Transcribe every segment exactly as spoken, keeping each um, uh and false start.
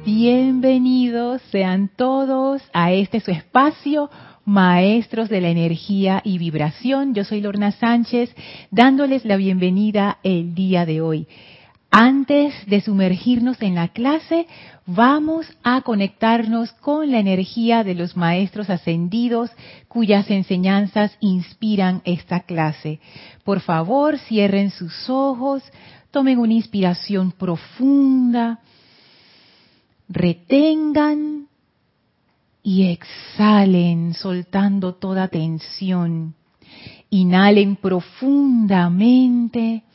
Bienvenidos sean todos a este su espacio, Maestros de la Energía y Vibración. Yo soy Lorna Sánchez, dándoles la bienvenida el día de hoy. Antes de sumergirnos en la clase, vamos a conectarnos con la energía de los Maestros Ascendidos, cuyas enseñanzas inspiran esta clase. Por favor, cierren sus ojos, tomen una inspiración profunda, retengan y exhalen, soltando toda tensión. Inhalen profundamente,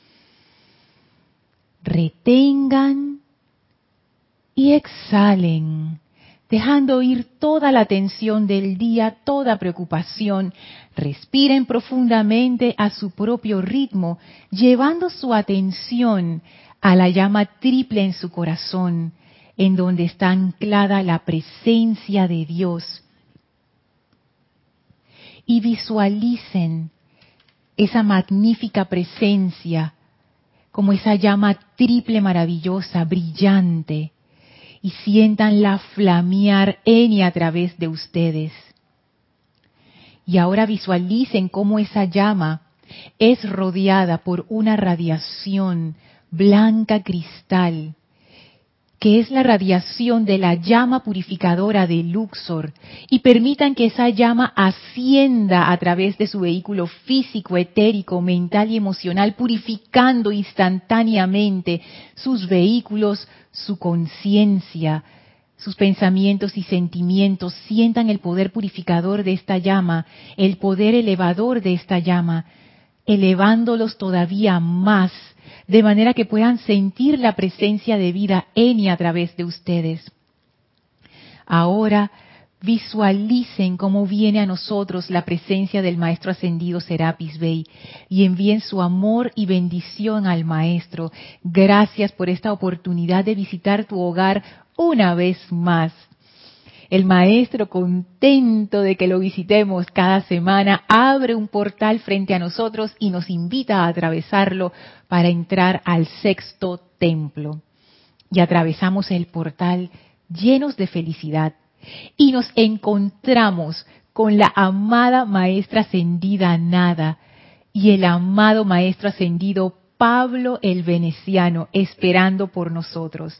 retengan y exhalen, dejando ir toda la tensión del día, toda preocupación. Respiren profundamente a su propio ritmo, llevando su atención a la llama triple en su corazón, en donde está anclada la presencia de Dios. Y visualicen esa magnífica presencia como esa llama triple maravillosa, brillante, y siéntanla flamear en y a través de ustedes. Y ahora visualicen cómo esa llama es rodeada por una radiación blanca cristal, que es la radiación de la llama purificadora de Luxor, y permitan que esa llama ascienda a través de su vehículo físico, etérico, mental y emocional, purificando instantáneamente sus vehículos, su conciencia, sus pensamientos y sentimientos. Sientan el poder purificador de esta llama, el poder elevador de esta llama, elevándolos todavía más, de manera que puedan sentir la presencia de vida en y a través de ustedes. Ahora visualicen cómo viene a nosotros la presencia del Maestro Ascendido Serapis Bey y envíen su amor y bendición al Maestro. Gracias por esta oportunidad de visitar tu hogar una vez más. El Maestro, contento de que lo visitemos cada semana, abre un portal frente a nosotros y nos invita a atravesarlo para entrar al sexto templo. Y atravesamos el portal llenos de felicidad y nos encontramos con la amada Maestra Ascendida Nada y el amado Maestro Ascendido Pablo el Veneciano esperando por nosotros.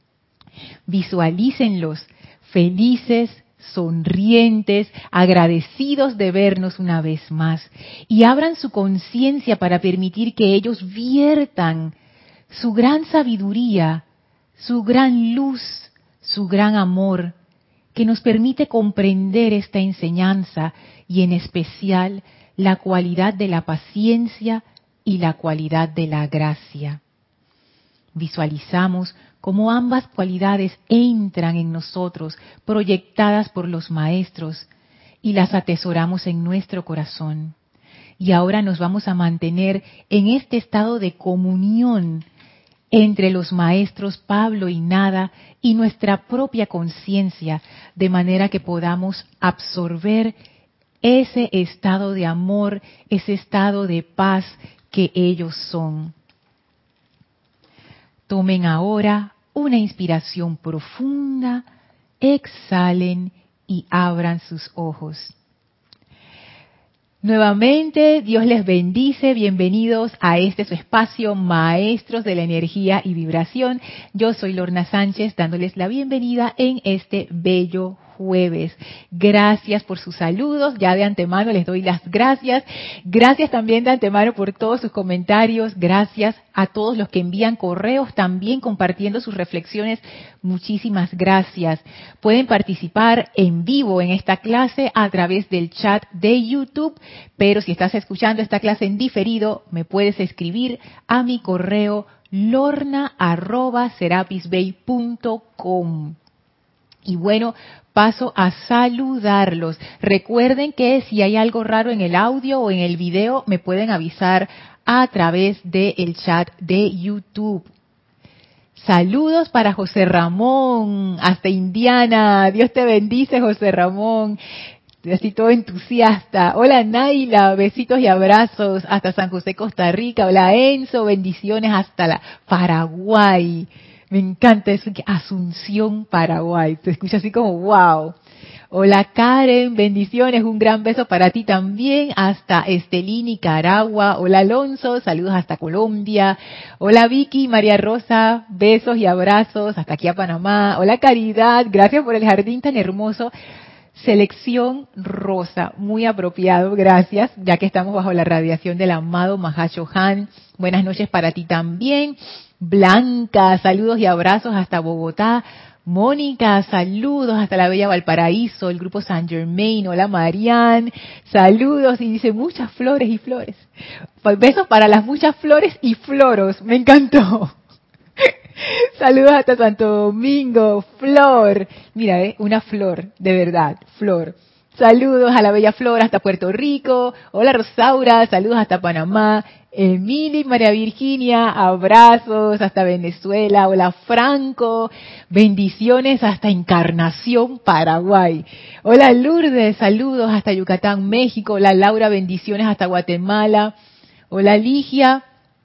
Visualícenlos felices, sonrientes, agradecidos de vernos una vez más, y abran su conciencia para permitir que ellos viertan su gran sabiduría, su gran luz, su gran amor, que nos permite comprender esta enseñanza y en especial la cualidad de la paciencia y la cualidad de la gracia. Visualizamos cómo ambas cualidades entran en nosotros, proyectadas por los maestros, y las atesoramos en nuestro corazón. Y ahora nos vamos a mantener en este estado de comunión entre los maestros Pablo y Nada y nuestra propia conciencia, de manera que podamos absorber ese estado de amor, ese estado de paz que ellos son. Tomen ahora una inspiración profunda, exhalen y abran sus ojos. Nuevamente, Dios les bendice. Bienvenidos a este su espacio, Maestros de la Energía y Vibración. Yo soy Lorna Sánchez, dándoles la bienvenida en este bello jueves. Gracias por sus saludos, ya de antemano les doy las gracias. Gracias también de antemano por todos sus comentarios. Gracias a todos los que envían correos también compartiendo sus reflexiones. Muchísimas gracias. Pueden participar en vivo en esta clase a través del chat de YouTube, pero si estás escuchando esta clase en diferido, me puedes escribir a mi correo lorna arroba serapisbey punto com. Y bueno, paso a saludarlos. Recuerden que si hay algo raro en el audio o en el video, me pueden avisar a través del chat de YouTube. Saludos para José Ramón, hasta Indiana. Dios te bendice, José Ramón. Así todo entusiasta. Hola Naila, besitos y abrazos hasta San José, Costa Rica. Hola Enzo, bendiciones hasta la Paraguay. Me encanta eso, que Asunción, Paraguay. Se escucha así como wow. Hola Karen, bendiciones, un gran beso para ti también, hasta Estelí, Nicaragua. Hola Alonso, saludos hasta Colombia. Hola Vicky, María Rosa, besos y abrazos hasta aquí a Panamá. Hola Caridad, gracias por el jardín tan hermoso. Selección rosa, muy apropiado, gracias, ya que estamos bajo la radiación del amado Mahashohan. Buenas noches para ti también. Blanca, saludos y abrazos hasta Bogotá. Mónica, saludos hasta la bella Valparaíso, el grupo Saint Germain. Hola Marianne, saludos, y dice muchas flores y flores. Besos para las muchas flores y floros, me encantó. Saludos hasta Santo Domingo, Flor. Mira, ¿eh? Una flor, de verdad, Flor. Saludos a la bella Flor hasta Puerto Rico. Hola Rosaura, saludos hasta Panamá. Emily, María Virginia, abrazos hasta Venezuela. Hola Franco, bendiciones hasta Encarnación, Paraguay. Hola Lourdes, saludos hasta Yucatán, México. Hola Laura, bendiciones hasta Guatemala. Hola Ligia.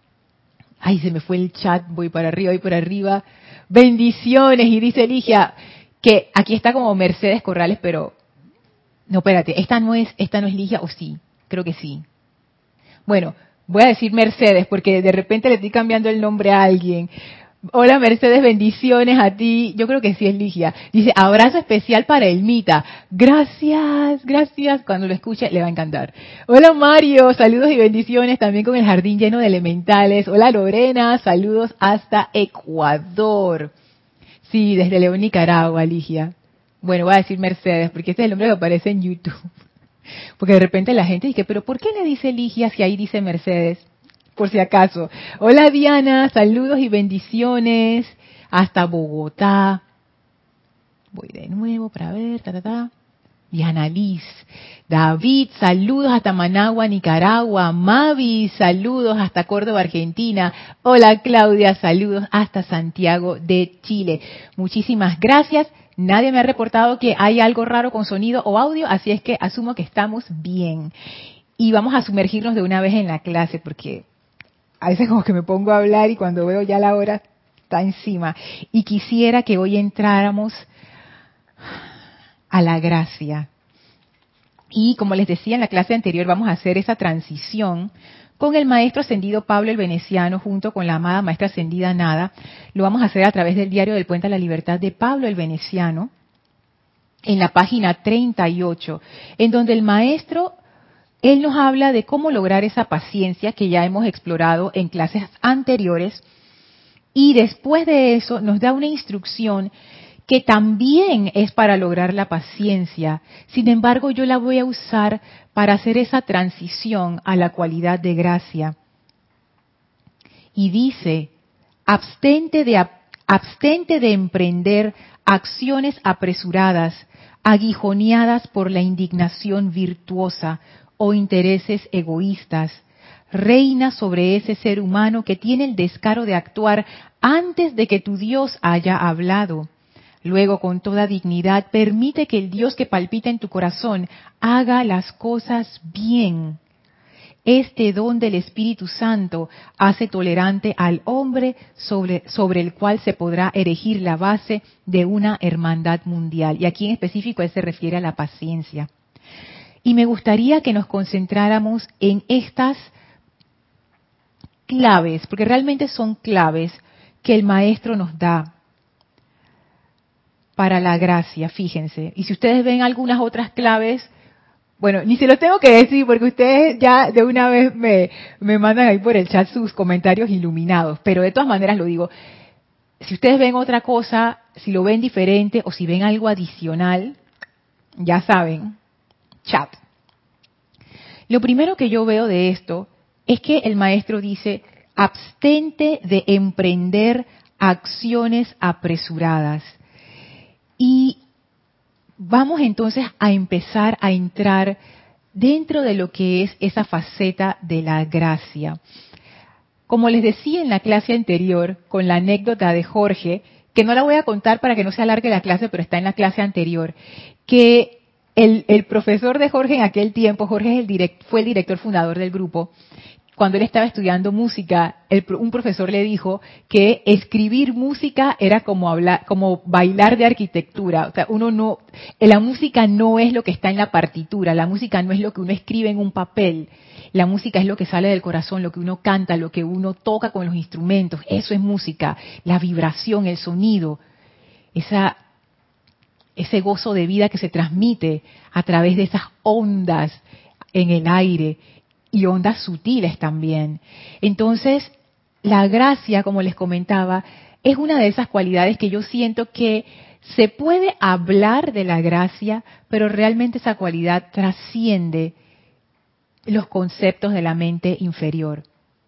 Ay, se me fue el chat, voy para arriba, voy por arriba. Bendiciones, y dice Ligia que aquí está como Mercedes Corrales, pero no, espérate, esta no es, esta no es Ligia, o sí, creo que sí. Bueno, voy a decir Mercedes porque de repente le estoy cambiando el nombre a alguien. Hola Mercedes, bendiciones a ti. Yo creo que sí es Ligia. Dice, abrazo especial para Elmita. Gracias, gracias. Cuando lo escuche le va a encantar. Hola Mario, saludos y bendiciones también con el jardín lleno de elementales. Hola Lorena, saludos hasta Ecuador. Sí, desde León, Nicaragua, Ligia. Bueno, voy a decir Mercedes porque este es el nombre que aparece en YouTube. Porque de repente la gente dice, pero ¿por qué le dice Ligia si ahí dice Mercedes? Por si acaso. Hola Diana, saludos y bendiciones hasta Bogotá. Voy de nuevo para ver, ta, ta, ta. Diana Liz. David, saludos hasta Managua, Nicaragua. Mavi, saludos hasta Córdoba, Argentina. Hola Claudia, saludos hasta Santiago de Chile. Muchísimas gracias. Nadie me ha reportado que hay algo raro con sonido o audio, así es que asumo que estamos bien. Y vamos a sumergirnos de una vez en la clase, porque a veces como que me pongo a hablar y cuando veo ya la hora está encima. Y quisiera que hoy entráramos a la gracia. Y como les decía en la clase anterior, vamos a hacer esa transición con el maestro ascendido Pablo el Veneciano junto con la amada maestra ascendida Nada. Lo vamos a hacer a través del diario del Puente a la Libertad de Pablo el Veneciano, en la página treinta y ocho, en donde el maestro, él nos habla de cómo lograr esa paciencia que ya hemos explorado en clases anteriores, y después de eso nos da una instrucción que también es para lograr la paciencia. Sin embargo, yo la voy a usar para hacer esa transición a la cualidad de gracia. Y dice, abstente de, abstente de emprender acciones apresuradas, aguijoneadas por la indignación virtuosa o intereses egoístas. Reina sobre ese ser humano que tiene el descaro de actuar antes de que tu Dios haya hablado. Luego, con toda dignidad, permite que el Dios que palpita en tu corazón haga las cosas bien. Este don del Espíritu Santo hace tolerante al hombre sobre, sobre el cual se podrá erigir la base de una hermandad mundial. Y aquí en específico él se refiere a la paciencia. Y me gustaría que nos concentráramos en estas claves, porque realmente son claves que el Maestro nos da para la gracia, fíjense. Y si ustedes ven algunas otras claves, bueno, ni se los tengo que decir porque ustedes ya de una vez me, me mandan ahí por el chat sus comentarios iluminados, pero de todas maneras lo digo, si ustedes ven otra cosa, si lo ven diferente o si ven algo adicional, ya saben, chat. Lo primero que yo veo de esto es que el maestro dice, abstente de emprender acciones apresuradas. Y vamos entonces a empezar a entrar dentro de lo que es esa faceta de la gracia. Como les decía en la clase anterior, con la anécdota de Jorge, que no la voy a contar para que no se alargue la clase, pero está en la clase anterior, que el, el profesor de Jorge en aquel tiempo, Jorge es el direct, fue el director fundador del grupo, cuando él estaba estudiando música, el, un profesor le dijo que escribir música era como hablar, como bailar de arquitectura. O sea, uno no, la música no es lo que está en la partitura, la música no es lo que uno escribe en un papel. La música es lo que sale del corazón, lo que uno canta, lo que uno toca con los instrumentos. Eso es música, la vibración, el sonido, esa, ese gozo de vida que se transmite a través de esas ondas en el aire y ondas sutiles también. Entonces, la gracia, como les comentaba, es una de esas cualidades que yo siento que se puede hablar de la gracia, pero realmente esa cualidad trasciende los conceptos de la mente inferior.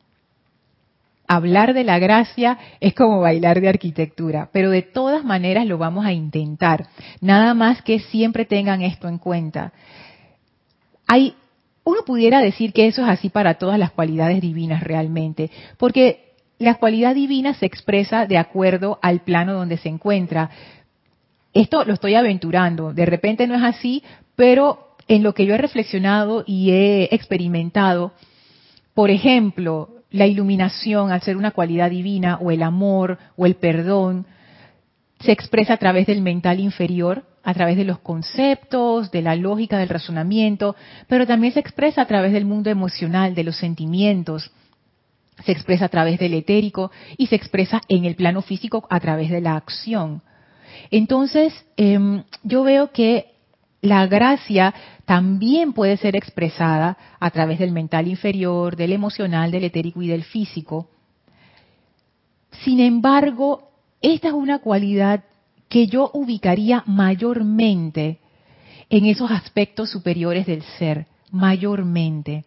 Hablar de la gracia es como bailar de arquitectura, pero de todas maneras lo vamos a intentar. Nada más que siempre tengan esto en cuenta. Hay, uno pudiera decir que eso es así para todas las cualidades divinas realmente, porque la cualidad divina se expresa de acuerdo al plano donde se encuentra. Esto lo estoy aventurando, de repente no es así, pero en lo que yo he reflexionado y he experimentado, por ejemplo, la iluminación al ser una cualidad divina, o el amor, o el perdón, se expresa a través del mental inferior, a través de los conceptos, de la lógica, del razonamiento, pero también se expresa a través del mundo emocional, de los sentimientos, se expresa a través del etérico y se expresa en el plano físico a través de la acción. Entonces, eh, yo veo que la gracia también puede ser expresada a través del mental inferior, del emocional, del etérico y del físico. Sin embargo, esta es una cualidad que yo ubicaría mayormente en esos aspectos superiores del ser, mayormente.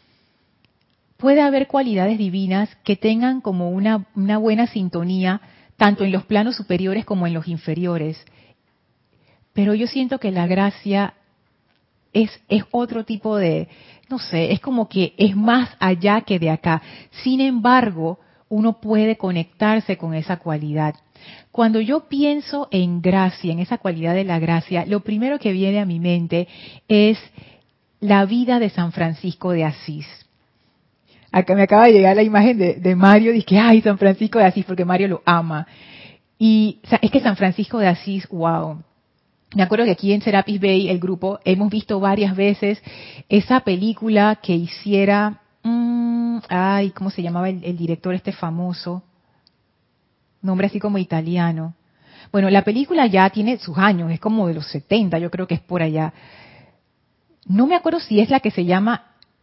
Puede haber cualidades divinas que tengan como una, una buena sintonía, tanto en los planos superiores como en los inferiores. Pero yo siento que la gracia es, es otro tipo de, no sé, es como que es más allá que de acá. Sin embargo, uno puede conectarse con esa cualidad. Cuando yo pienso en gracia, en esa cualidad de la gracia, lo primero que viene a mi mente es la vida de San Francisco de Asís. Acá me acaba de llegar la imagen de, de Mario, dice que, ay, San Francisco de Asís, porque Mario lo ama. Y o sea, es que San Francisco de Asís, wow. Me acuerdo que aquí en Serapis Bay, el grupo, hemos visto varias veces esa película que hiciera, mmm, ay, ¿cómo se llamaba el, el director este famoso? Nombre así como italiano. Bueno, la película ya tiene sus años, es como de los setenta, yo creo que es por allá. No me acuerdo si es la que se llama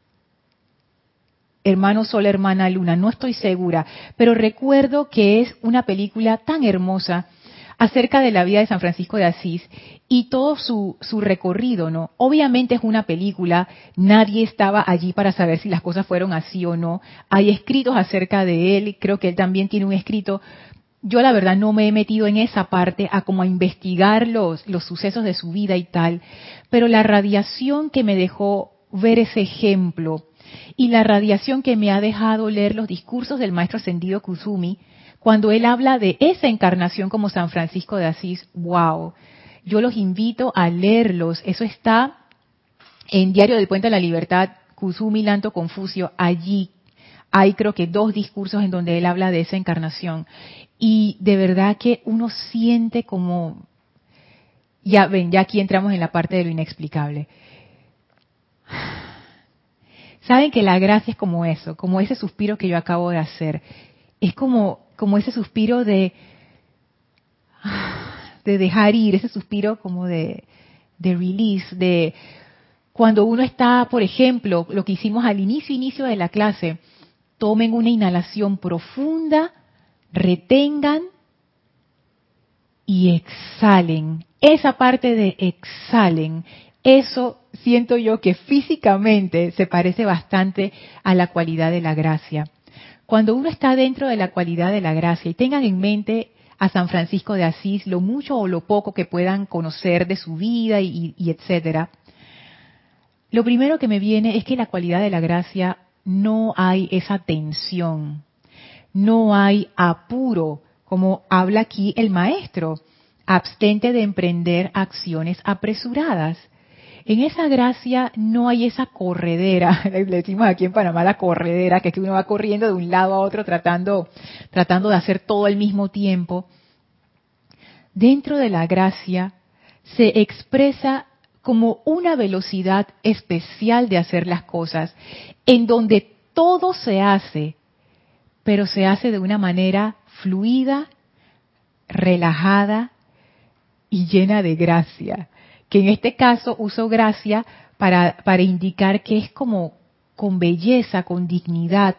Hermano Sol, Hermana Luna, no estoy segura, pero recuerdo que es una película tan hermosa acerca de la vida de San Francisco de Asís y todo su, su recorrido, ¿no? Obviamente es una película, nadie estaba allí para saber si las cosas fueron así o no. Hay escritos acerca de él, creo que él también tiene un escrito. Yo la verdad no me he metido en esa parte a como a investigar los, los sucesos de su vida y tal, pero la radiación que me dejó ver ese ejemplo y la radiación que me ha dejado leer los discursos del maestro ascendido Kusumi, cuando él habla de esa encarnación como San Francisco de Asís, wow, yo los invito a leerlos. Eso está en Diario del Puente de la Libertad, Kusumi, Lanto, Confucio. Allí hay creo que dos discursos en donde él habla de esa encarnación. Y de verdad que uno siente como, ya ven, ya aquí entramos en la parte de lo inexplicable. Saben que la gracia es como eso, como ese suspiro que yo acabo de hacer. Es como como ese suspiro de, de dejar ir, ese suspiro como de, de release, de cuando uno está, por ejemplo, lo que hicimos al inicio, inicio de la clase, tomen una inhalación profunda, retengan y exhalen. Esa parte de exhalen, eso siento yo que físicamente se parece bastante a la cualidad de la gracia. Cuando uno está dentro de la cualidad de la gracia, y tengan en mente a San Francisco de Asís, lo mucho o lo poco que puedan conocer de su vida y, y etcétera, lo primero que me viene es que en la cualidad de la gracia no hay esa tensión, no hay apuro, como habla aquí el maestro, abstente de emprender acciones apresuradas. En esa gracia no hay esa corredera, le decimos aquí en Panamá la corredera, que es que uno va corriendo de un lado a otro tratando, tratando de hacer todo al mismo tiempo. Dentro de la gracia se expresa como una velocidad especial de hacer las cosas, en donde todo se hace, pero se hace de una manera fluida, relajada y llena de gracia. Que en este caso uso gracia para, para indicar que es como con belleza, con dignidad.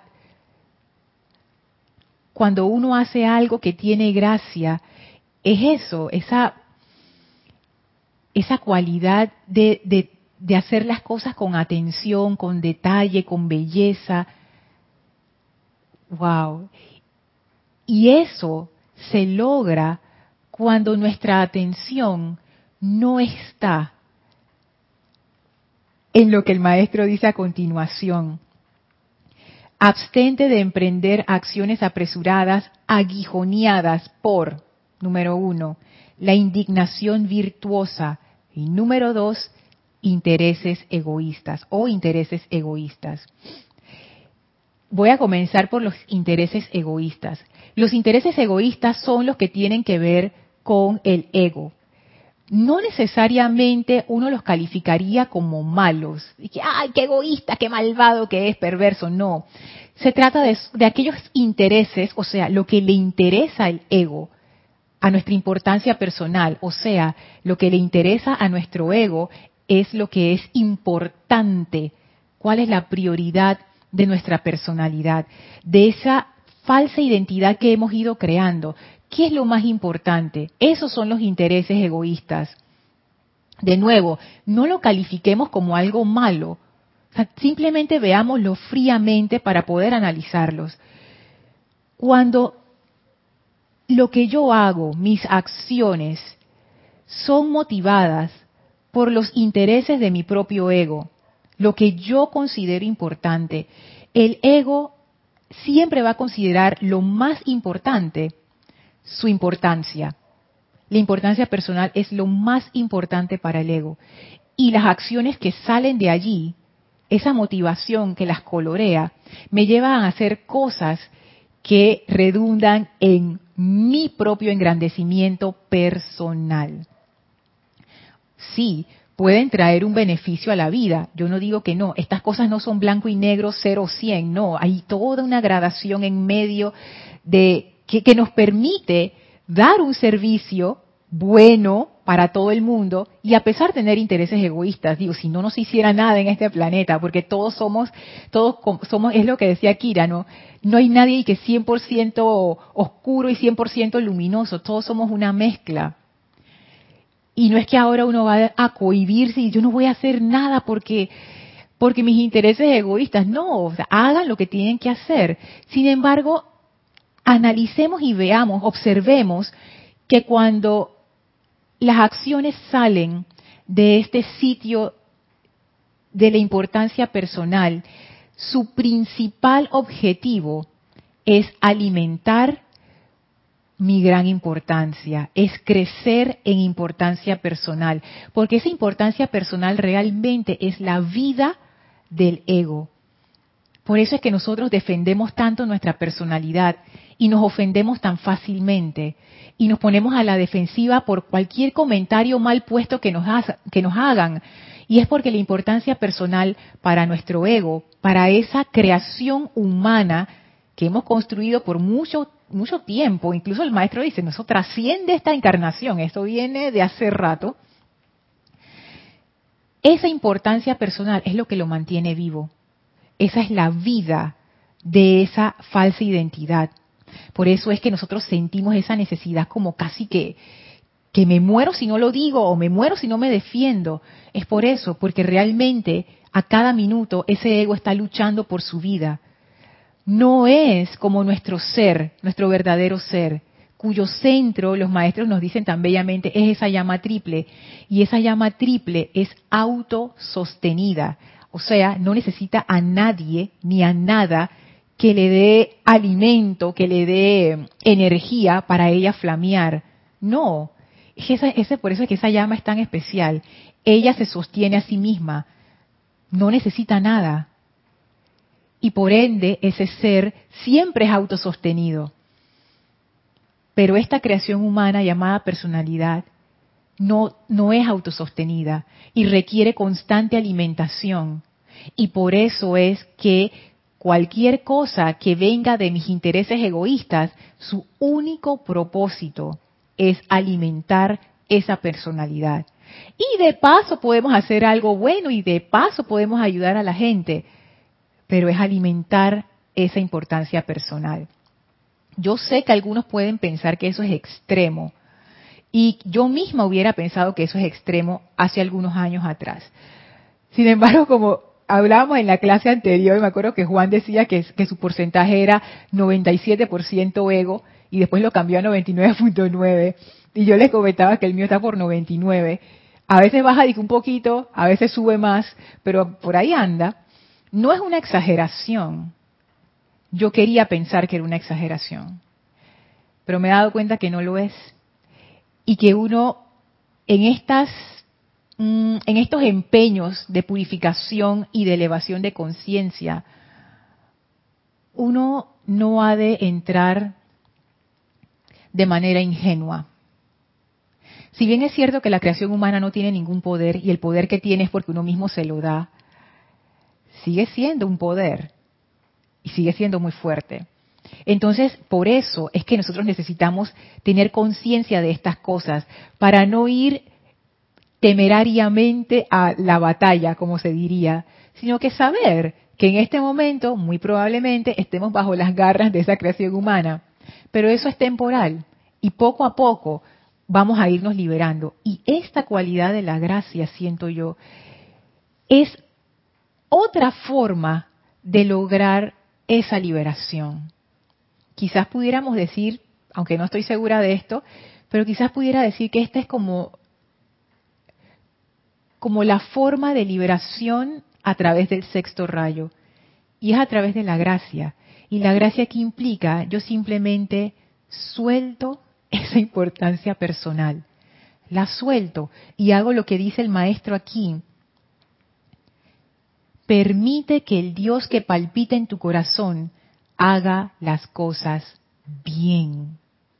Cuando uno hace algo que tiene gracia, es eso, esa, esa cualidad de, de, de hacer las cosas con atención, con detalle, con belleza. ¡Wow! Y eso se logra cuando nuestra atención no está en lo que el maestro dice a continuación. Abstente de emprender acciones apresuradas, aguijoneadas por, número uno, la indignación virtuosa y número dos, intereses egoístas o intereses egoístas. Voy a comenzar por los intereses egoístas. Los intereses egoístas son los que tienen que ver con el ego. No necesariamente uno los calificaría como malos. Y que, ¡ay, qué egoísta, qué malvado que es, perverso! No. Se trata de, de aquellos intereses, o sea, lo que le interesa al ego, a nuestra importancia personal. O sea, lo que le interesa a nuestro ego es lo que es importante. ¿Cuál es la prioridad de nuestra personalidad? De esa falsa identidad que hemos ido creando. ¿Qué es lo más importante? Esos son los intereses egoístas. De nuevo, no lo califiquemos como algo malo. O sea, simplemente veámoslo fríamente para poder analizarlos. Cuando lo que yo hago, mis acciones, son motivadas por los intereses de mi propio ego, lo que yo considero importante, el ego siempre va a considerar lo más importante su importancia. La importancia personal es lo más importante para el ego. Y las acciones que salen de allí, esa motivación que las colorea, me llevan a hacer cosas que redundan en mi propio engrandecimiento personal. Sí, pueden traer un beneficio a la vida. Yo no digo que no. Estas cosas no son blanco y negro, cero o cien. No, hay toda una gradación en medio de que, que nos permite dar un servicio bueno para todo el mundo y a pesar de tener intereses egoístas. Digo, si no nos hiciera nada en este planeta, porque todos somos, todos somos, es lo que decía Kira, ¿no? No hay nadie que cien por ciento oscuro y cien por ciento luminoso. Todos somos una mezcla. Y no es que ahora uno va a cohibirse y yo no voy a hacer nada porque, porque mis intereses egoístas. No, o sea, hagan lo que tienen que hacer. Sin embargo, analicemos y veamos, observemos que cuando las acciones salen de este sitio de la importancia personal, su principal objetivo es alimentar mi gran importancia, es crecer en importancia personal, porque esa importancia personal realmente es la vida del ego. Por eso es que nosotros defendemos tanto nuestra personalidad y nos ofendemos tan fácilmente y nos ponemos a la defensiva por cualquier comentario mal puesto que nos, ha, que nos hagan. Y es porque la importancia personal para nuestro ego, para esa creación humana que hemos construido por mucho mucho tiempo, incluso el maestro dice, no, eso trasciende esta encarnación, esto viene de hace rato. Esa importancia personal es lo que lo mantiene vivo. Esa es la vida de esa falsa identidad. Por eso es que nosotros sentimos esa necesidad como casi que, que me muero si no lo digo o me muero si no me defiendo. Es por eso, porque realmente a cada minuto ese ego está luchando por su vida. No es como nuestro ser, nuestro verdadero ser, cuyo centro, los maestros nos dicen tan bellamente, es esa llama triple. Y esa llama triple es autosostenida. O sea, no necesita a nadie ni a nada que le dé alimento, que le dé energía para ella flamear. No, Es esa, ese, por eso es que esa llama es tan especial. Ella se sostiene a sí misma, no necesita nada. Y por ende, ese ser siempre es autosostenido. Pero esta creación humana llamada personalidad no, no es autosostenida y requiere constante alimentación. Y por eso es que cualquier cosa que venga de mis intereses egoístas, su único propósito es alimentar esa personalidad. Y de paso podemos hacer algo bueno y de paso podemos ayudar a la gente, pero es alimentar esa importancia personal. Yo sé que algunos pueden pensar que eso es extremo, y yo misma hubiera pensado que eso es extremo hace algunos años atrás. Sin embargo, como hablábamos en la clase anterior, me acuerdo que Juan decía que, que su porcentaje era noventa y siete por ciento ego y después lo cambió a noventa y nueve punto nueve. Y yo les comentaba que el mío está por noventa y nueve. A veces baja un poquito, a veces sube más, pero por ahí anda. No es una exageración. Yo quería pensar que era una exageración, pero me he dado cuenta que no lo es. Y que uno en estas en estos empeños de purificación y de elevación de conciencia, uno no ha de entrar de manera ingenua. Si bien es cierto que la creación humana no tiene ningún poder y el poder que tiene es porque uno mismo se lo da, sigue siendo un poder y sigue siendo muy fuerte. Entonces, por eso es que nosotros necesitamos tener conciencia de estas cosas para no ir temerariamente a la batalla, como se diría, sino que saber que en este momento, muy probablemente, estemos bajo las garras de esa creación humana. Pero eso es temporal y poco a poco vamos a irnos liberando. Y esta cualidad de la gracia, siento yo, es otra forma de lograr esa liberación. Quizás pudiéramos decir, aunque no estoy segura de esto, pero quizás pudiera decir que esta es como como la forma de liberación a través del sexto rayo. Y es a través de la gracia. Y la gracia que implica, yo simplemente suelto esa importancia personal. La suelto y hago lo que dice el maestro aquí. Permite que el Dios que palpita en tu corazón haga las cosas bien.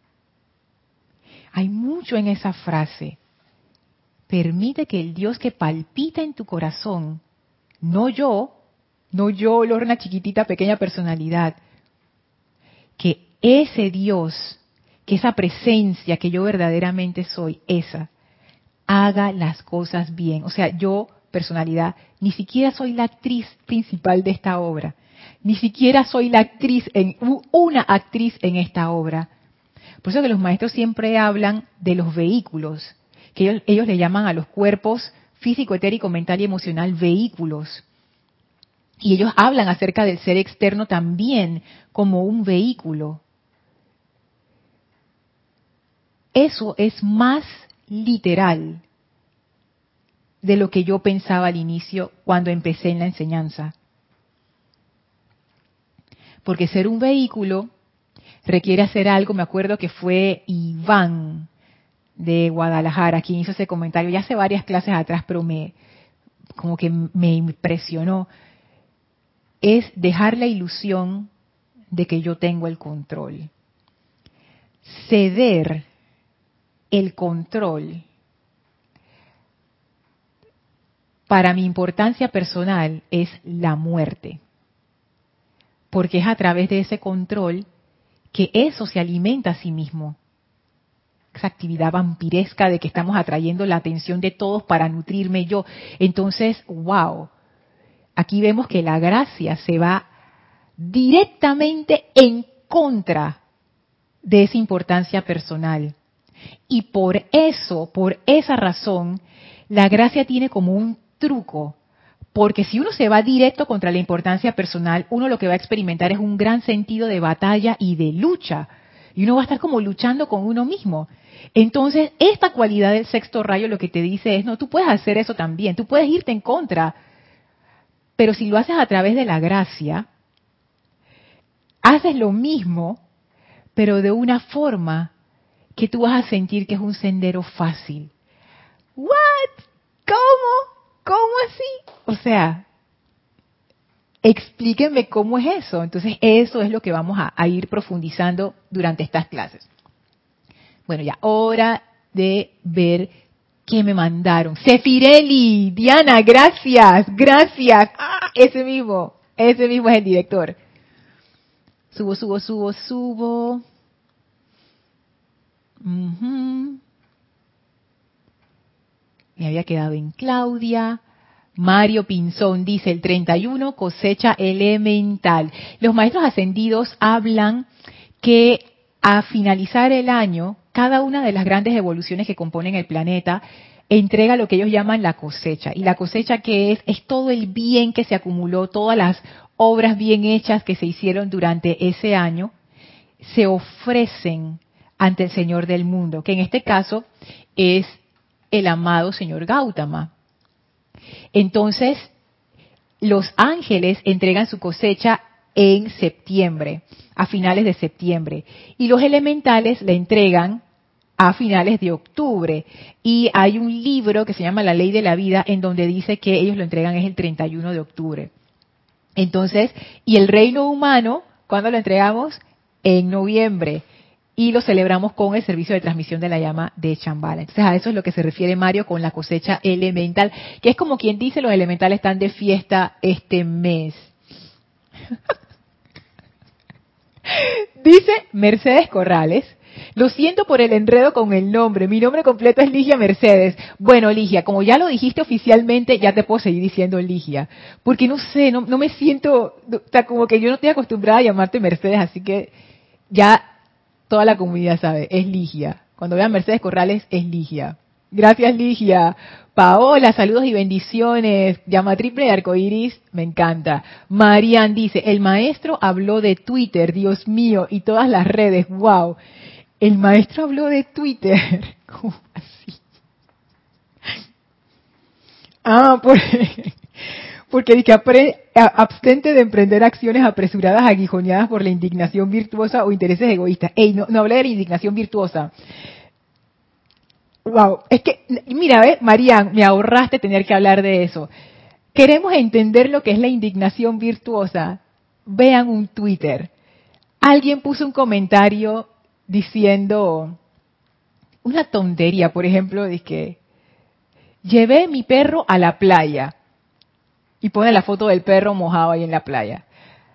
Hay mucho en esa frase. Permite que el Dios que palpita en tu corazón, no yo, no yo, Lorna chiquitita, pequeña personalidad, que ese Dios, que esa presencia que yo verdaderamente soy, esa, haga las cosas bien. O sea, yo, personalidad, ni siquiera soy la actriz principal de esta obra, ni siquiera soy la actriz, en una actriz en esta obra. Por eso que los maestros siempre hablan de los vehículos, que ellos, ellos le llaman a los cuerpos físico, etérico, mental y emocional vehículos. Y ellos hablan acerca del ser externo también como un vehículo. Eso es más literal de lo que yo pensaba al inicio cuando empecé en la enseñanza. Porque ser un vehículo requiere hacer algo, me acuerdo que fue Iván de Guadalajara quien hizo ese comentario ya hace varias clases atrás, pero me como que me impresionó, es dejar la ilusión de que yo tengo el control. Ceder el control para mi importancia personal es la muerte. Porque es a través de ese control que eso se alimenta a sí mismo. Esa actividad vampiresca de que estamos atrayendo la atención de todos para nutrirme yo. Entonces, wow, aquí vemos que la gracia se va directamente en contra de esa importancia personal. Y por eso, por esa razón, la gracia tiene como un truco. Porque si uno se va directo contra la importancia personal, uno lo que va a experimentar es un gran sentido de batalla y de lucha. Y uno va a estar como luchando con uno mismo. Entonces, esta cualidad del sexto rayo lo que te dice es, no, tú puedes hacer eso también, tú puedes irte en contra. Pero si lo haces a través de la gracia, haces lo mismo, pero de una forma que tú vas a sentir que es un sendero fácil. ¿What? ¿Cómo? ¿Cómo así? O sea, explíquenme cómo es eso. Entonces, eso es lo que vamos a, a ir profundizando durante estas clases. Bueno, ya, hora de ver qué me mandaron. Sefireli, Diana, gracias, gracias. Ah, ese mismo, ese mismo es el director. Subo, subo, subo, subo. Uh-huh. Me había quedado en Claudia. Mario Pinzón dice, el treinta y uno cosecha elemental. Los maestros ascendidos hablan que a finalizar el año, cada una de las grandes evoluciones que componen el planeta entrega lo que ellos llaman la cosecha. Y la cosecha, ¿qué es? Es todo el bien que se acumuló, todas las obras bien hechas que se hicieron durante ese año, se ofrecen ante el Señor del mundo, que en este caso es el amado Señor Gautama. Entonces, los ángeles entregan su cosecha en septiembre, a finales de septiembre, y los elementales la entregan a finales de octubre. Y hay un libro que se llama La Ley de la Vida, en donde dice que ellos lo entregan es el treinta y uno de octubre. Entonces, y el reino humano, ¿cuándo lo entregamos? En noviembre. Y lo celebramos con el servicio de transmisión de la llama de Shambhala. Entonces, a eso es lo que se refiere Mario con la cosecha elemental, que es como quien dice, los elementales están de fiesta este mes. Dice Mercedes Corrales, lo siento por el enredo con el nombre, mi nombre completo es Ligia Mercedes. Bueno, Ligia, como ya lo dijiste oficialmente, ya te puedo seguir diciendo Ligia, porque no sé, no, no me siento, o sea, como que yo no estoy acostumbrada a llamarte Mercedes, así que ya toda la comunidad sabe, es Ligia. Cuando vean Mercedes Corrales, es Ligia. Gracias, Ligia. Paola, saludos y bendiciones. Llama triple de arcoiris, me encanta. Marian dice, el maestro habló de Twitter, Dios mío, y todas las redes, wow. El maestro habló de Twitter. ¿Cómo así? Ah, por, porque dice, apre, abstente de emprender acciones apresuradas, aguijoneadas por la indignación virtuosa o intereses egoístas. Ey, no, no hablé de la indignación virtuosa. Wow, es que, mira, ¿eh? Marian, me ahorraste tener que hablar de eso. Queremos entender lo que es la indignación virtuosa. Vean un Twitter. Alguien puso un comentario diciendo una tontería, por ejemplo, dice que llevé mi perro a la playa y pone la foto del perro mojado ahí en la playa.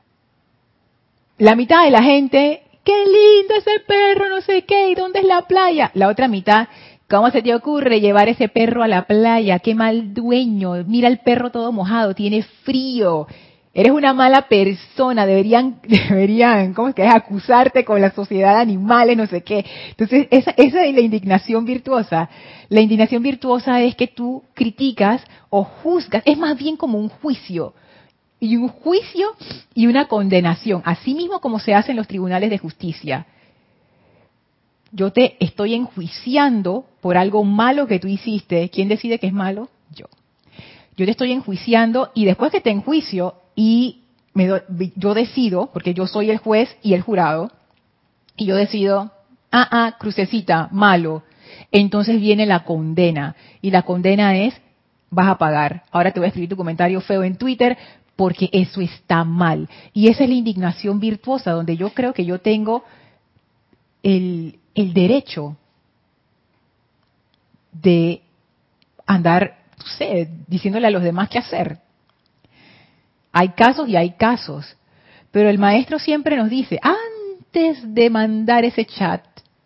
La mitad de la gente, qué lindo es el perro, no sé qué, ¿y dónde es la playa? La otra mitad, ¿cómo se te ocurre llevar ese perro a la playa? Qué mal dueño, mira el perro todo mojado, tiene frío. Eres una mala persona, deberían, deberían, ¿cómo es que es? Acusarte con la sociedad de animales, no sé qué. Entonces, esa, esa es la indignación virtuosa. La indignación virtuosa es que tú criticas o juzgas, es más bien como un juicio. Y un juicio y una condenación, así mismo como se hace en los tribunales de justicia. Yo te estoy enjuiciando por algo malo que tú hiciste. ¿Quién decide que es malo? Yo. Yo te estoy enjuiciando y después que te enjuicio y me do, yo decido, porque yo soy el juez y el jurado, y yo decido, ah, ah, crucecita, malo. Entonces viene la condena. Y la condena es, vas a pagar. Ahora te voy a escribir tu comentario feo en Twitter, porque eso está mal. Y esa es la indignación virtuosa, donde yo creo que yo tengo el, el derecho de andar, no sé, diciéndole a los demás qué hacer. Hay casos y hay casos. Pero el maestro siempre nos dice, antes de mandar ese chat,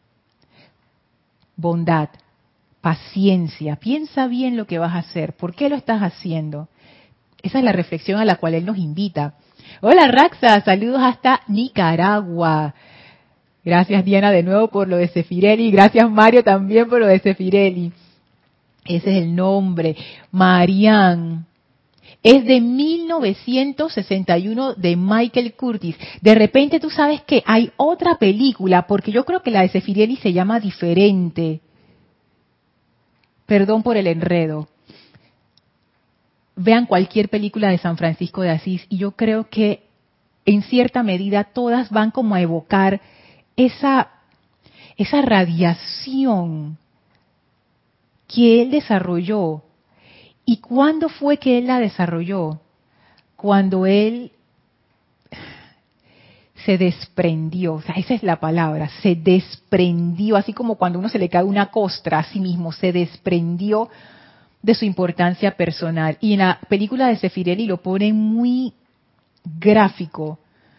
bondad, paciencia, piensa bien lo que vas a hacer, ¿por qué lo estás haciendo? Esa es la reflexión a la cual él nos invita. Hola Raxa, saludos hasta Nicaragua. Gracias Diana de nuevo por lo de Sefireli. Gracias Mario también por lo de Sefireli. Ese es el nombre. Marian. Es de mil novecientos sesenta y uno de Michael Curtis. De repente tú sabes que hay otra película, porque yo creo que la de Sefireli se llama diferente. Perdón por el enredo. Vean cualquier película de San Francisco de Asís y yo creo que en cierta medida todas van como a evocar esa esa radiación que él desarrolló. ¿Y cuándo fue que él la desarrolló? Cuando él se desprendió, o sea, esa es la palabra, se desprendió, así como cuando uno se le cae una costra a sí mismo, se desprendió de su importancia personal. Y en la película de Zeffirelli lo ponen muy gráfico.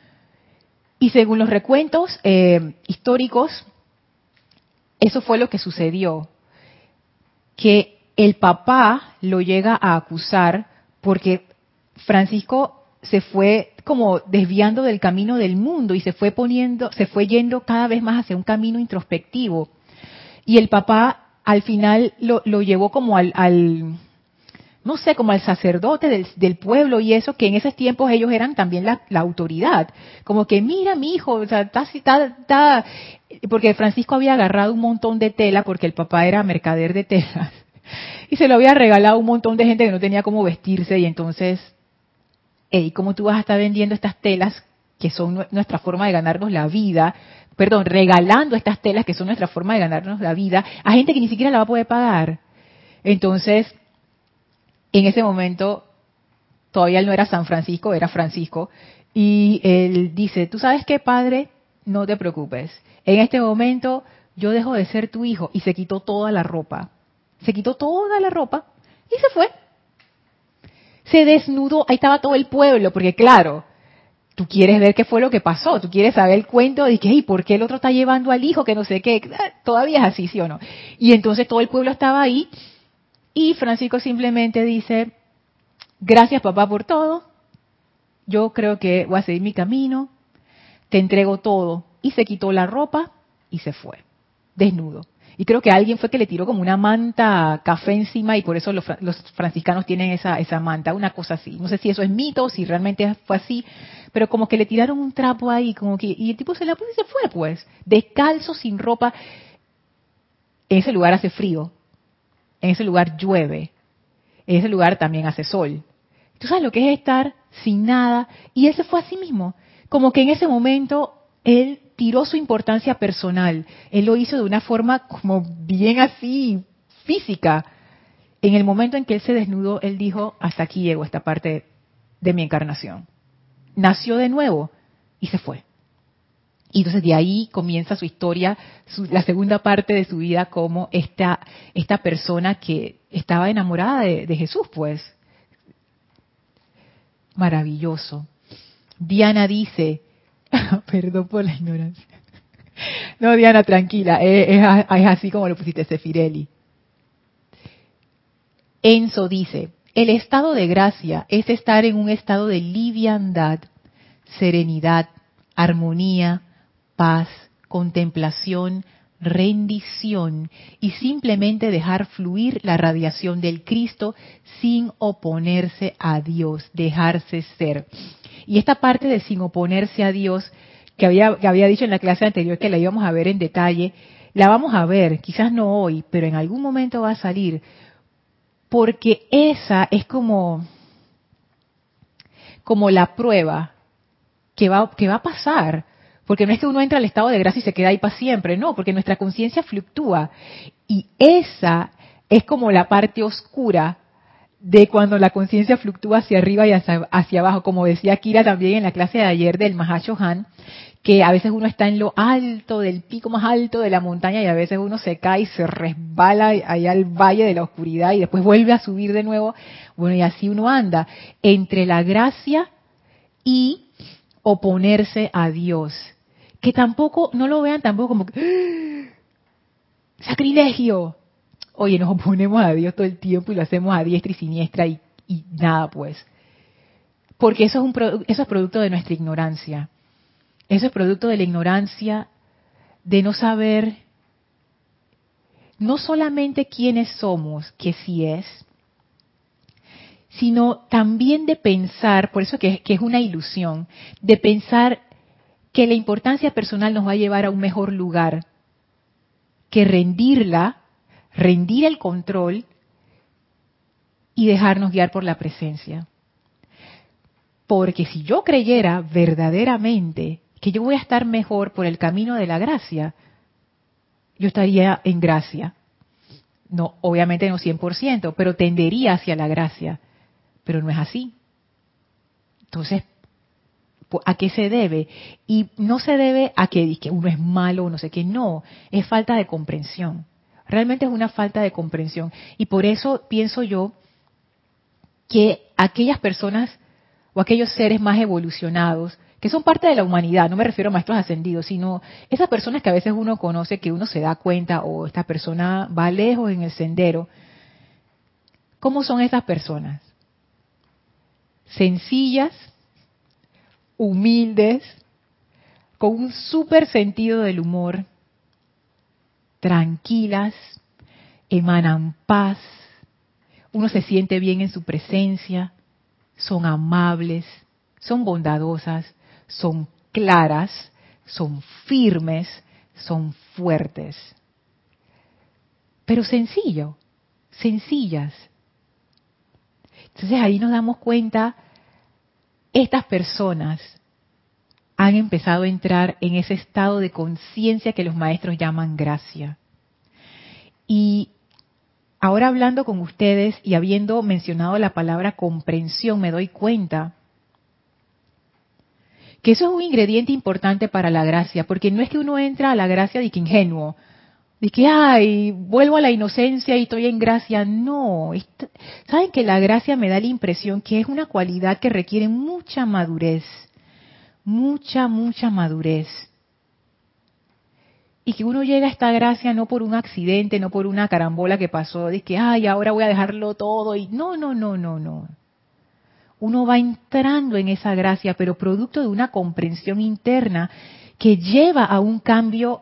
Y según los recuentos eh, históricos, eso fue lo que sucedió, que el papá lo llega a acusar porque Francisco se fue como desviando del camino del mundo y se fue poniendo, se fue yendo cada vez más hacia un camino introspectivo. Y el papá al final lo, lo llevó como al, al, no sé, como al sacerdote del, del pueblo y eso, que en esos tiempos ellos eran también la, la autoridad. Como que, mira, mi hijo, o sea, está, está, está, porque Francisco había agarrado un montón de tela porque el papá era mercader de telas y se lo había regalado a un montón de gente que no tenía cómo vestirse y entonces, hey, ¿cómo tú vas a estar vendiendo estas telas que son nuestra forma de ganarnos la vida? Perdón, regalando estas telas que son nuestra forma de ganarnos la vida a gente que ni siquiera la va a poder pagar. Entonces, en ese momento, todavía él no era San Francisco, era Francisco, y él dice, ¿tú sabes qué, padre? No te preocupes. En este momento yo dejo de ser tu hijo, y se quitó toda la ropa. Se quitó toda la ropa y se fue. Se desnudó, ahí estaba todo el pueblo, porque claro, tú quieres ver qué fue lo que pasó, tú quieres saber el cuento de que, ¿y por qué el otro está llevando al hijo? Que no sé qué, todavía es así, ¿sí o no? Y entonces todo el pueblo estaba ahí, y Francisco simplemente dice, gracias papá por todo, yo creo que voy a seguir mi camino, te entrego todo. Y se quitó la ropa y se fue, desnudo. Y creo que alguien fue que le tiró como una manta café encima y por eso los, los franciscanos tienen esa, esa manta, una cosa así. No sé si eso es mito, si realmente fue así, pero como que le tiraron un trapo ahí, como que, y el tipo se la puso y se fue pues, descalzo, sin ropa. En ese lugar hace frío, en ese lugar llueve, en ese lugar también hace sol. ¿Tú sabes lo que es estar sin nada? Y él se fue a sí mismo. Como que en ese momento él tiró su importancia personal. Él lo hizo de una forma como bien así, física. En el momento en que él se desnudó, él dijo, hasta aquí llego esta parte de mi encarnación. Nació de nuevo y se fue. Y entonces de ahí comienza su historia, su, la segunda parte de su vida como esta, esta persona que estaba enamorada de, de Jesús, pues. Maravilloso. Diana dice, perdón por la ignorancia. No, Diana, tranquila, es, es, es así como lo pusiste, Zeffirelli. Enzo dice, el estado de gracia es estar en un estado de liviandad, serenidad, armonía, paz, contemplación, rendición y simplemente dejar fluir la radiación del Cristo sin oponerse a Dios, dejarse ser. Y esta parte de sin oponerse a Dios, que había, que había dicho en la clase anterior que la íbamos a ver en detalle, la vamos a ver, quizás no hoy, pero en algún momento va a salir, porque esa es como, como la prueba que va, que va a pasar. Porque no es que uno entra al estado de gracia y se queda ahí para siempre, no, porque nuestra conciencia fluctúa. Y esa es como la parte oscura de cuando la conciencia fluctúa hacia arriba y hacia, hacia abajo. Como decía Kira también en la clase de ayer del Mahashohan, que a veces uno está en lo alto, del pico más alto de la montaña y a veces uno se cae y se resbala allá al valle de la oscuridad y después vuelve a subir de nuevo. Bueno, y así uno anda entre la gracia y oponerse a Dios. Que tampoco, no lo vean tampoco como que, ¡ah! ¡Sacrilegio! Oye, nos oponemos a Dios todo el tiempo y lo hacemos a diestra y siniestra y, y nada pues. Porque eso es, un, eso es producto de nuestra ignorancia. Eso es producto de la ignorancia de no saber no solamente quiénes somos, que sí es, sino también de pensar, por eso que es, que es una ilusión, de pensar que la importancia personal nos va a llevar a un mejor lugar, que rendirla, rendir el control y dejarnos guiar por la presencia. Porque si yo creyera verdaderamente que yo voy a estar mejor por el camino de la gracia, yo estaría en gracia. No, obviamente no cien por ciento, pero tendería hacia la gracia. Pero no es así. Entonces, ¿a qué se debe? Y no se debe a que, que uno es malo o no sé qué, no, es falta de comprensión. Realmente es una falta de comprensión. Y por eso pienso yo que aquellas personas o aquellos seres más evolucionados, que son parte de la humanidad, no me refiero a maestros ascendidos, sino esas personas que a veces uno conoce, que uno se da cuenta, o esta persona va lejos en el sendero, ¿cómo son esas personas? Sencillas, humildes, con un súper sentido del humor, tranquilas, emanan paz, uno se siente bien en su presencia, son amables, son bondadosas, son claras, son firmes, son fuertes. Pero sencillo, sencillas. Entonces ahí nos damos cuenta, estas personas han empezado a entrar en ese estado de conciencia que los maestros llaman gracia. Y ahora hablando con ustedes y habiendo mencionado la palabra comprensión, me doy cuenta que eso es un ingrediente importante para la gracia, porque no es que uno entra a la gracia de que ingenuo, de que, ay, vuelvo a la inocencia y estoy en gracia. No, saben que la gracia me da la impresión que es una cualidad que requiere mucha madurez, mucha, mucha madurez. Y que uno llega a esta gracia no por un accidente, no por una carambola que pasó, de que, ay, ahora voy a dejarlo todo. Y no, no, no, no, no. Uno va entrando en esa gracia, pero producto de una comprensión interna que lleva a un cambio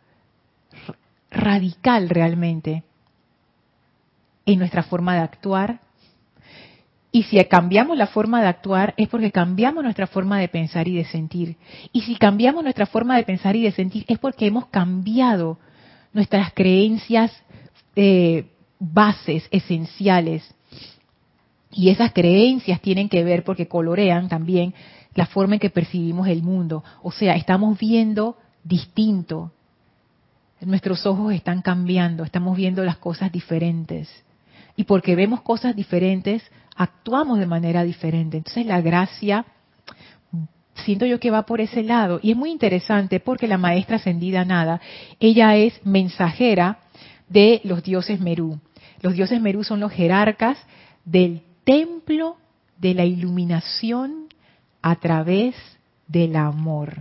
radical realmente en nuestra forma de actuar. Y si cambiamos la forma de actuar es porque cambiamos nuestra forma de pensar y de sentir. Y si cambiamos nuestra forma de pensar y de sentir es porque hemos cambiado nuestras creencias eh, bases, esenciales. Y esas creencias tienen que ver porque colorean también la forma en que percibimos el mundo. O sea, estamos viendo distinto. Nuestros ojos están cambiando, estamos viendo las cosas diferentes. Y porque vemos cosas diferentes, actuamos de manera diferente. Entonces la gracia, siento yo que va por ese lado. Y es muy interesante porque la maestra ascendida Nada, ella es mensajera de los dioses Merú. Los dioses Merú son los jerarcas del templo de la iluminación a través del amor.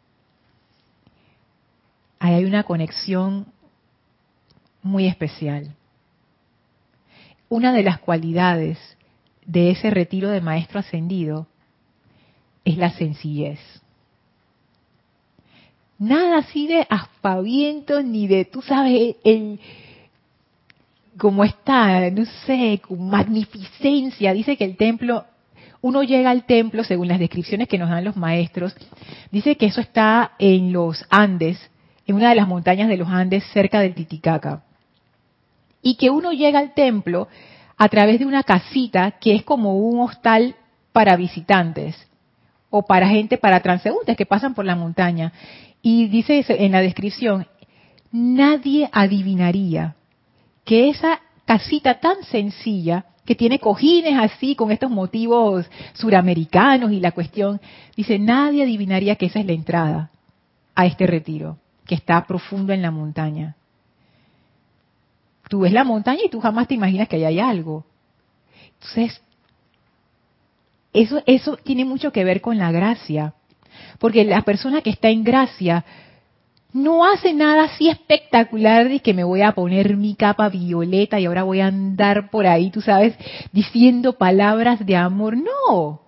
Ahí hay una conexión muy especial. Una de las cualidades de ese retiro de maestro ascendido es la sencillez. Nada así de aspavientos ni de, tú sabes, el como está, no sé, con magnificencia. Dice que el templo, uno llega al templo, según las descripciones que nos dan los maestros, dice que eso está en los Andes, en una de las montañas de los Andes cerca del Titicaca. Y que uno llega al templo a través de una casita que es como un hostal para visitantes o para gente, para transeúntes que pasan por la montaña. Y dice en la descripción, nadie adivinaría que esa casita tan sencilla, que tiene cojines así con estos motivos suramericanos y la cuestión, dice, nadie adivinaría que esa es la entrada a este retiro, que está profundo en la montaña. Tú ves la montaña y tú jamás te imaginas que ahí hay algo. Entonces, eso, eso tiene mucho que ver con la gracia, porque la persona que está en gracia no hace nada así espectacular de que me voy a poner mi capa violeta y ahora voy a andar por ahí, tú sabes, diciendo palabras de amor. No.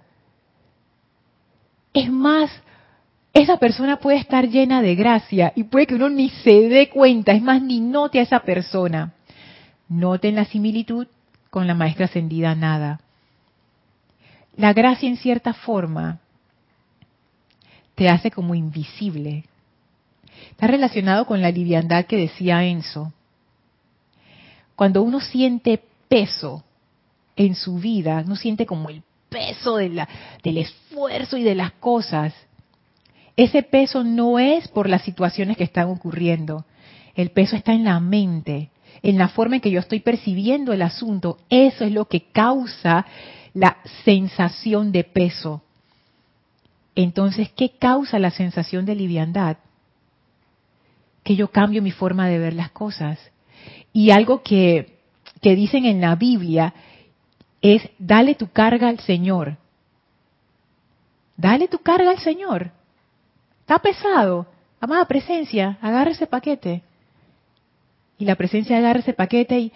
Es más, esa persona puede estar llena de gracia y puede que uno ni se dé cuenta, es más, ni note a esa persona. Noten la similitud con la maestra ascendida Nada. La gracia en cierta forma te hace como invisible. Está relacionado con la liviandad que decía Enzo. Cuando uno siente peso en su vida, uno siente como el peso de la, del esfuerzo y de las cosas. Ese peso no es por las situaciones que están ocurriendo. El peso está en la mente, en la forma en que yo estoy percibiendo el asunto. Eso es lo que causa la sensación de peso. Entonces, ¿qué causa la sensación de liviandad? Que yo cambio mi forma de ver las cosas. Y algo que, que dicen en la Biblia es, dale tu carga al Señor. Dale tu carga al Señor. Está pesado. Amada presencia, agarra ese paquete. Y la presencia agarra ese paquete y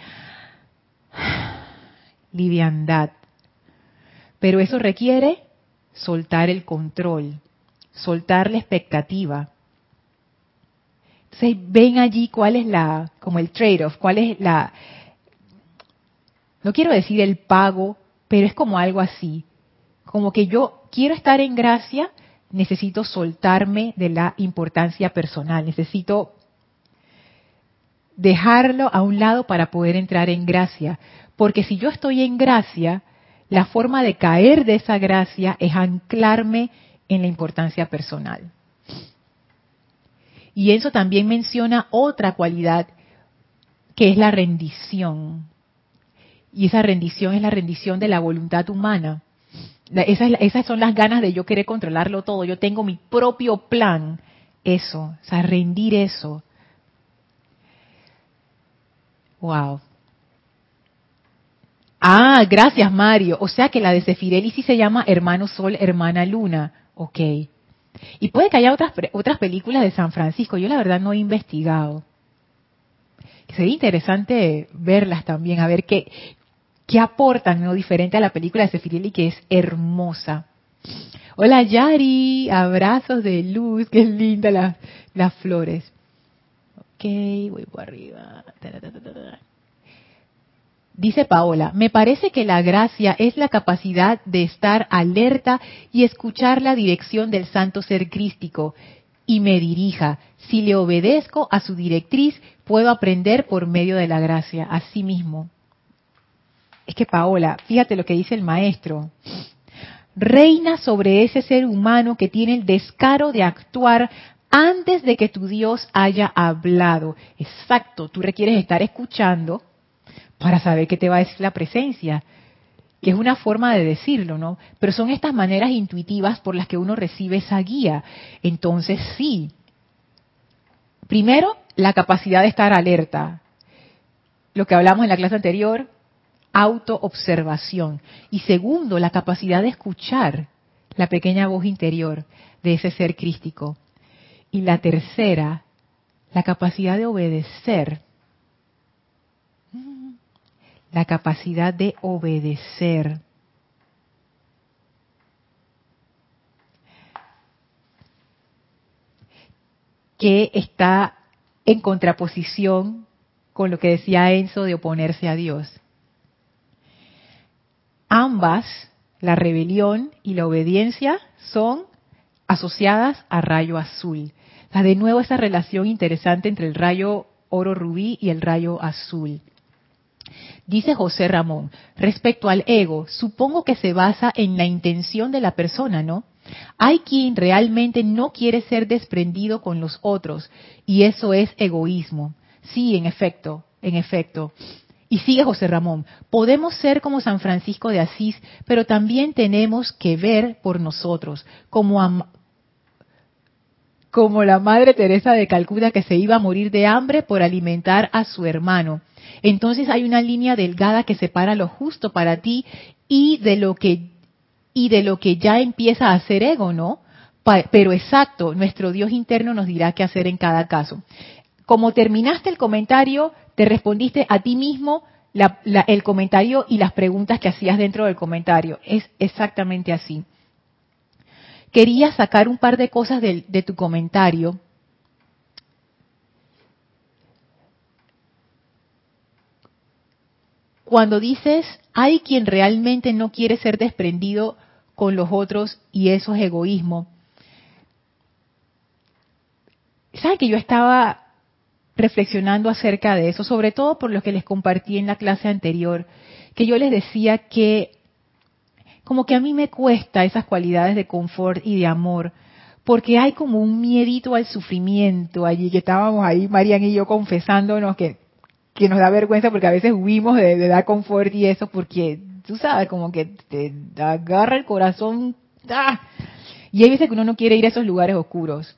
liviandad. Pero eso requiere soltar el control, soltar la expectativa. Entonces ven allí cuál es la, como el trade-off, cuál es la, no quiero decir el pago, pero es como algo así. Como que yo quiero estar en gracia, necesito soltarme de la importancia personal, necesito dejarlo a un lado para poder entrar en gracia. Porque si yo estoy en gracia, la forma de caer de esa gracia es anclarme en la importancia personal. Y eso también menciona otra cualidad, que es la rendición. Y esa rendición es la rendición de la voluntad humana. Esas, esas son las ganas de yo querer controlarlo todo. Yo tengo mi propio plan. Eso, o sea, rendir eso. Wow. Ah, gracias Mario. O sea que la de Sefirelli sí se llama Hermano Sol, Hermana Luna. Ok. Y puede que haya otras otras películas de San Francisco. Yo la verdad no he investigado. Sería interesante verlas también, a ver qué, qué aportan, ¿no? Diferente a la película de Sefirelli, que es hermosa. Hola Yari, abrazos de luz, qué linda las, las flores. Ok, voy por arriba. Dice Paola, me parece que la gracia es la capacidad de estar alerta y escuchar la dirección del santo ser crístico y me dirija. Si le obedezco a su directriz, puedo aprender por medio de la gracia. Así mismo. Es que Paola, fíjate lo que dice el maestro. Reina sobre ese ser humano que tiene el descaro de actuar antes de que tu Dios haya hablado. Exacto, tú requieres estar escuchando para saber qué te va a decir la presencia, que es una forma de decirlo, ¿no? Pero son estas maneras intuitivas por las que uno recibe esa guía. Entonces, sí. Primero, la capacidad de estar alerta. Lo que hablamos en la clase anterior, autoobservación. Y segundo, la capacidad de escuchar la pequeña voz interior de ese ser crístico. Y la tercera, la capacidad de obedecer. La capacidad de obedecer. Que está en contraposición con lo que decía Enzo de oponerse a Dios. Ambas, la rebelión y la obediencia, son asociadas a rayo azul. O sea, de nuevo esa relación interesante entre el rayo oro rubí y el rayo azul. Dice José Ramón, respecto al ego, supongo que se basa en la intención de la persona, ¿no? Hay quien realmente no quiere ser desprendido con los otros y eso es egoísmo. Sí, en efecto, en efecto. Y sigue José Ramón, podemos ser como San Francisco de Asís, pero también tenemos que ver por nosotros, como, a, como la Madre Teresa de Calcuta que se iba a morir de hambre por alimentar a su hermano. Entonces hay una línea delgada que separa lo justo para ti y de lo que y de lo que ya empieza a ser ego, ¿no? Pero exacto, nuestro Dios interno nos dirá qué hacer en cada caso. Como terminaste el comentario, te respondiste a ti mismo la, la, el comentario y las preguntas que hacías dentro del comentario. Es exactamente así. Quería sacar un par de cosas de, de tu comentario. Cuando dices, hay quien realmente no quiere ser desprendido con los otros y eso es egoísmo. ¿Saben que yo estaba reflexionando acerca de eso, sobre todo por lo que les compartí en la clase anterior, que yo les decía que como que a mí me cuesta esas cualidades de confort y de amor, porque hay como un miedito al sufrimiento allí, que estábamos ahí, Marian y yo, confesándonos que, que nos da vergüenza porque a veces huimos de, de dar confort y eso, porque tú sabes, como que te agarra el corazón. ¡Ah! Y hay veces que uno no quiere ir a esos lugares oscuros.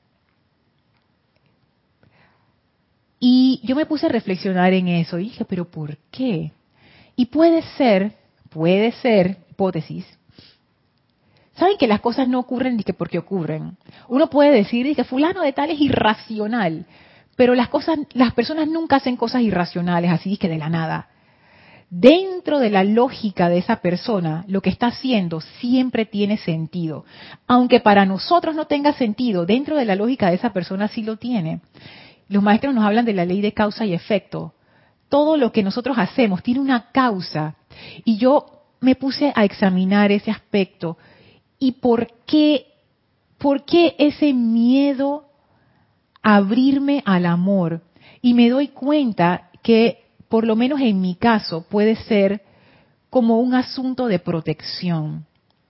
Y yo me puse a reflexionar en eso y dije, pero ¿por qué? Y puede ser, puede ser, hipótesis, saben que las cosas no ocurren ni que porque ocurren. Uno puede decir que fulano de tal es irracional, pero las cosas, las personas nunca hacen cosas irracionales, así que de la nada. Dentro de la lógica de esa persona, lo que está haciendo siempre tiene sentido. Aunque para nosotros no tenga sentido, dentro de la lógica de esa persona sí lo tiene. Los maestros nos hablan de la ley de causa y efecto. Todo lo que nosotros hacemos tiene una causa. Y yo me puse a examinar ese aspecto. ¿Y por qué, por qué ese miedo a abrirme al amor? Y me doy cuenta que, por lo menos en mi caso, puede ser como un asunto de protección.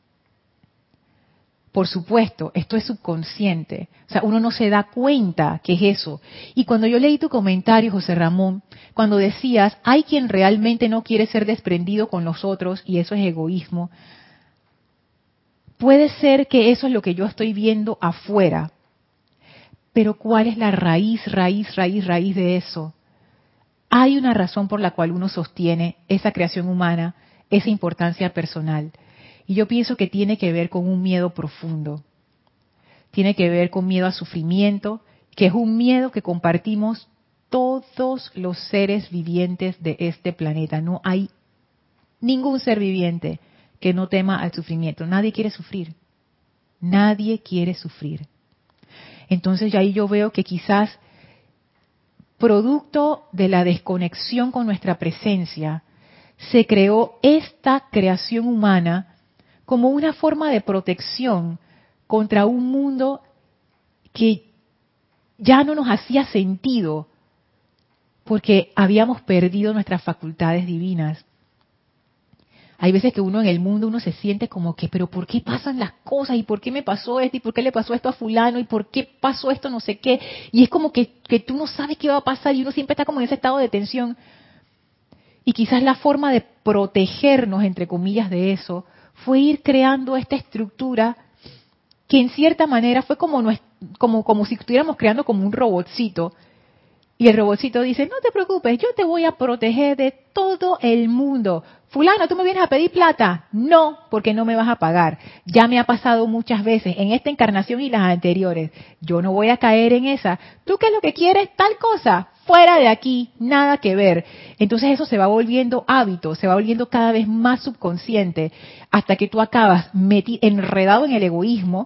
Por supuesto, esto es subconsciente. O sea, uno no se da cuenta que es eso. Y cuando yo leí tu comentario, José Ramón, cuando decías, hay quien realmente no quiere ser desprendido con los otros y eso es egoísmo, puede ser que eso es lo que yo estoy viendo afuera. Pero ¿cuál es la raíz, raíz, raíz, raíz de eso? Hay una razón por la cual uno sostiene esa creación humana, esa importancia personal. Y yo pienso que tiene que ver con un miedo profundo. Tiene que ver con miedo a sufrimiento, que es un miedo que compartimos todos los seres vivientes de este planeta. No hay ningún ser viviente que no tema al sufrimiento. Nadie quiere sufrir. Nadie quiere sufrir. Entonces ya ahí yo veo que quizás, producto de la desconexión con nuestra presencia, se creó esta creación humana como una forma de protección contra un mundo que ya no nos hacía sentido porque habíamos perdido nuestras facultades divinas. Hay veces que uno en el mundo uno se siente como que, pero ¿por qué pasan las cosas? ¿Y por qué me pasó esto? ¿Y por qué le pasó esto a fulano? ¿Y por qué pasó esto no sé qué? Y es como que, que tú no sabes qué va a pasar y uno siempre está como en ese estado de tensión. Y quizás la forma de protegernos, entre comillas, de eso, fue ir creando esta estructura que en cierta manera fue como, como, como si estuviéramos creando como un robotcito. Y el robotcito dice, no te preocupes, yo te voy a proteger de todo el mundo. Fulano, ¿tú me vienes a pedir plata? No, porque no me vas a pagar. Ya me ha pasado muchas veces, en esta encarnación y las anteriores. Yo no voy a caer en esa. ¿Tú qué es lo que quieres? Tal cosa. Fuera de aquí, nada que ver. Entonces eso se va volviendo hábito, se va volviendo cada vez más subconsciente, hasta que tú acabas meti- enredado en el egoísmo,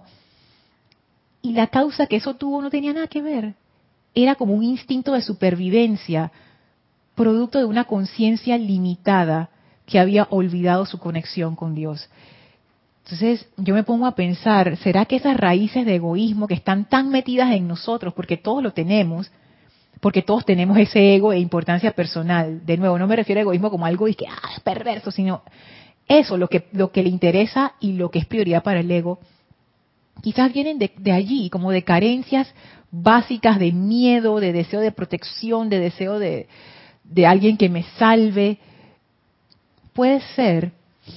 y la causa que eso tuvo no tenía nada que ver. Era como un instinto de supervivencia, producto de una conciencia limitada que había olvidado su conexión con Dios. Entonces yo me pongo a pensar, ¿será que esas raíces de egoísmo que están tan metidas en nosotros, porque todos lo tenemos, porque todos tenemos ese ego e importancia personal? De nuevo, no me refiero a egoísmo como algo y que ah, es perverso, sino eso, lo que, lo que le interesa y lo que es prioridad para el ego, quizás vienen de, de allí, como de carencias básicas de miedo, de deseo de protección, de deseo de, de alguien que me salve. Puede ser.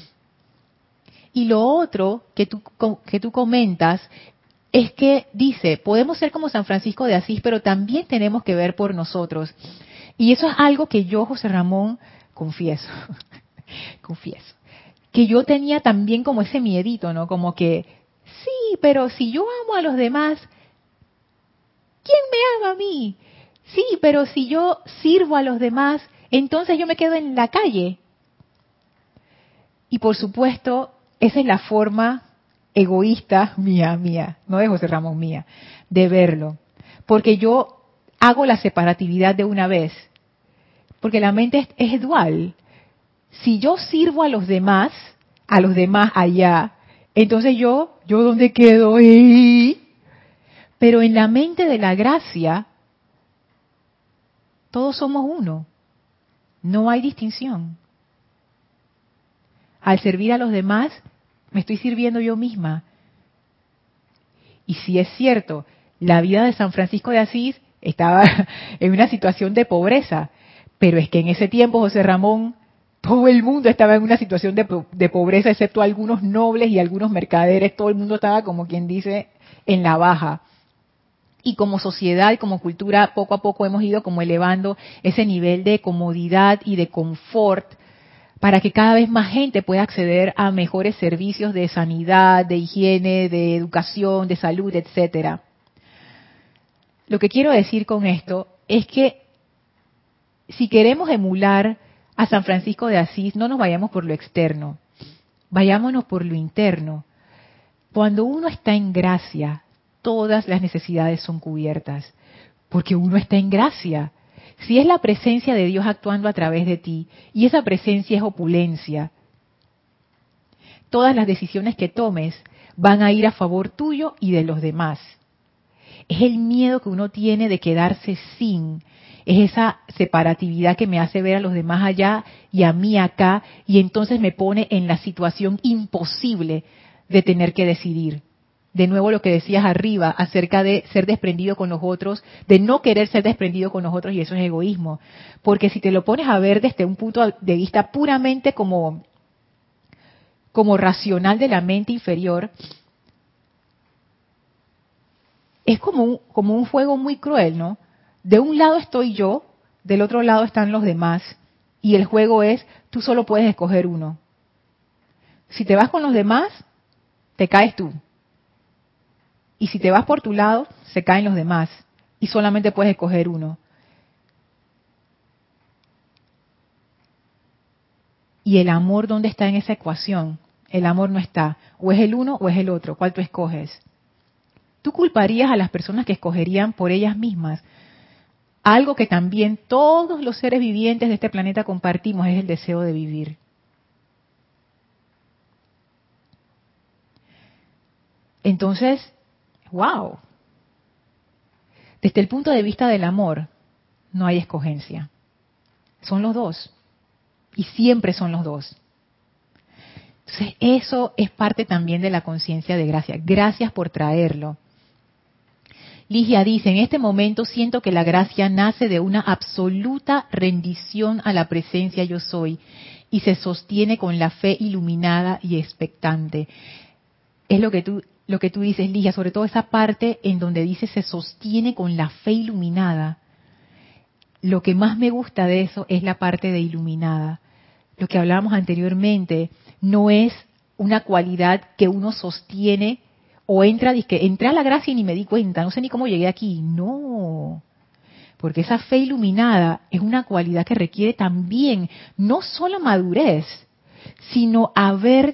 Y lo otro que tú, que tú comentas es que dice, podemos ser como San Francisco de Asís, pero también tenemos que ver por nosotros. Y eso es algo que yo, José Ramón, confieso, confieso, que yo tenía también como ese miedito, ¿no? Como que, sí, pero si yo amo a los demás, ¿quién me ama a mí? Sí, pero si yo sirvo a los demás, entonces yo me quedo en la calle. Y por supuesto, esa es la forma egoísta mía, mía, no de José Ramón mía, de verlo. Porque yo hago la separatividad de una vez. Porque la mente es, es dual. Si yo sirvo a los demás, a los demás allá, entonces yo, ¿yo dónde quedo? ¡Ey! Pero en la mente de la gracia, todos somos uno. No hay distinción. Al servir a los demás, me estoy sirviendo yo misma. Y sí es cierto, la vida de San Francisco de Asís estaba en una situación de pobreza, pero es que en ese tiempo, José Ramón, todo el mundo estaba en una situación de, de pobreza, excepto algunos nobles y algunos mercaderes. Todo el mundo estaba, como quien dice, en la baja. Y como sociedad y como cultura, poco a poco hemos ido como elevando ese nivel de comodidad y de confort para que cada vez más gente pueda acceder a mejores servicios de sanidad, de higiene, de educación, de salud, etcétera. Lo que quiero decir con esto es que si queremos emular a San Francisco de Asís, no nos vayamos por lo externo, vayámonos por lo interno. Cuando uno está en gracia, todas las necesidades son cubiertas, porque uno está en gracia. Si es la presencia de Dios actuando a través de ti, y esa presencia es opulencia, todas las decisiones que tomes van a ir a favor tuyo y de los demás. Es el miedo que uno tiene de quedarse sin, es esa separatividad que me hace ver a los demás allá y a mí acá, y entonces me pone en la situación imposible de tener que decidir. De nuevo lo que decías arriba acerca de ser desprendido con los otros, de no querer ser desprendido con los otros, y eso es egoísmo. Porque si te lo pones a ver desde un punto de vista puramente como, como racional de la mente inferior, es como un, como un juego muy cruel, ¿no? De un lado estoy yo, del otro lado están los demás, y el juego es, tú solo puedes escoger uno. Si te vas con los demás, te caes tú. Y si te vas por tu lado, se caen los demás. Y solamente puedes escoger uno. ¿Y el amor dónde está en esa ecuación? El amor no está. O es el uno o es el otro. ¿Cuál tú escoges? Tú culparías a las personas que escogerían por ellas mismas. Algo que también todos los seres vivientes de este planeta compartimos es el deseo de vivir. Entonces, wow. Desde el punto de vista del amor, no hay escogencia. Son los dos. Y siempre son los dos. Entonces, eso es parte también de la conciencia de gracia. Gracias por traerlo. Ligia dice, en este momento siento que la gracia nace de una absoluta rendición a la presencia yo soy y se sostiene con la fe iluminada y expectante. Es lo que tú, lo que tú dices, Ligia, sobre todo esa parte en donde dice se sostiene con la fe iluminada. Lo que más me gusta de eso es la parte de iluminada. Lo que hablábamos anteriormente no es una cualidad que uno sostiene o entra, dice que entré a la gracia y ni me di cuenta, no sé ni cómo llegué aquí. No, porque esa fe iluminada es una cualidad que requiere también no solo madurez, sino haber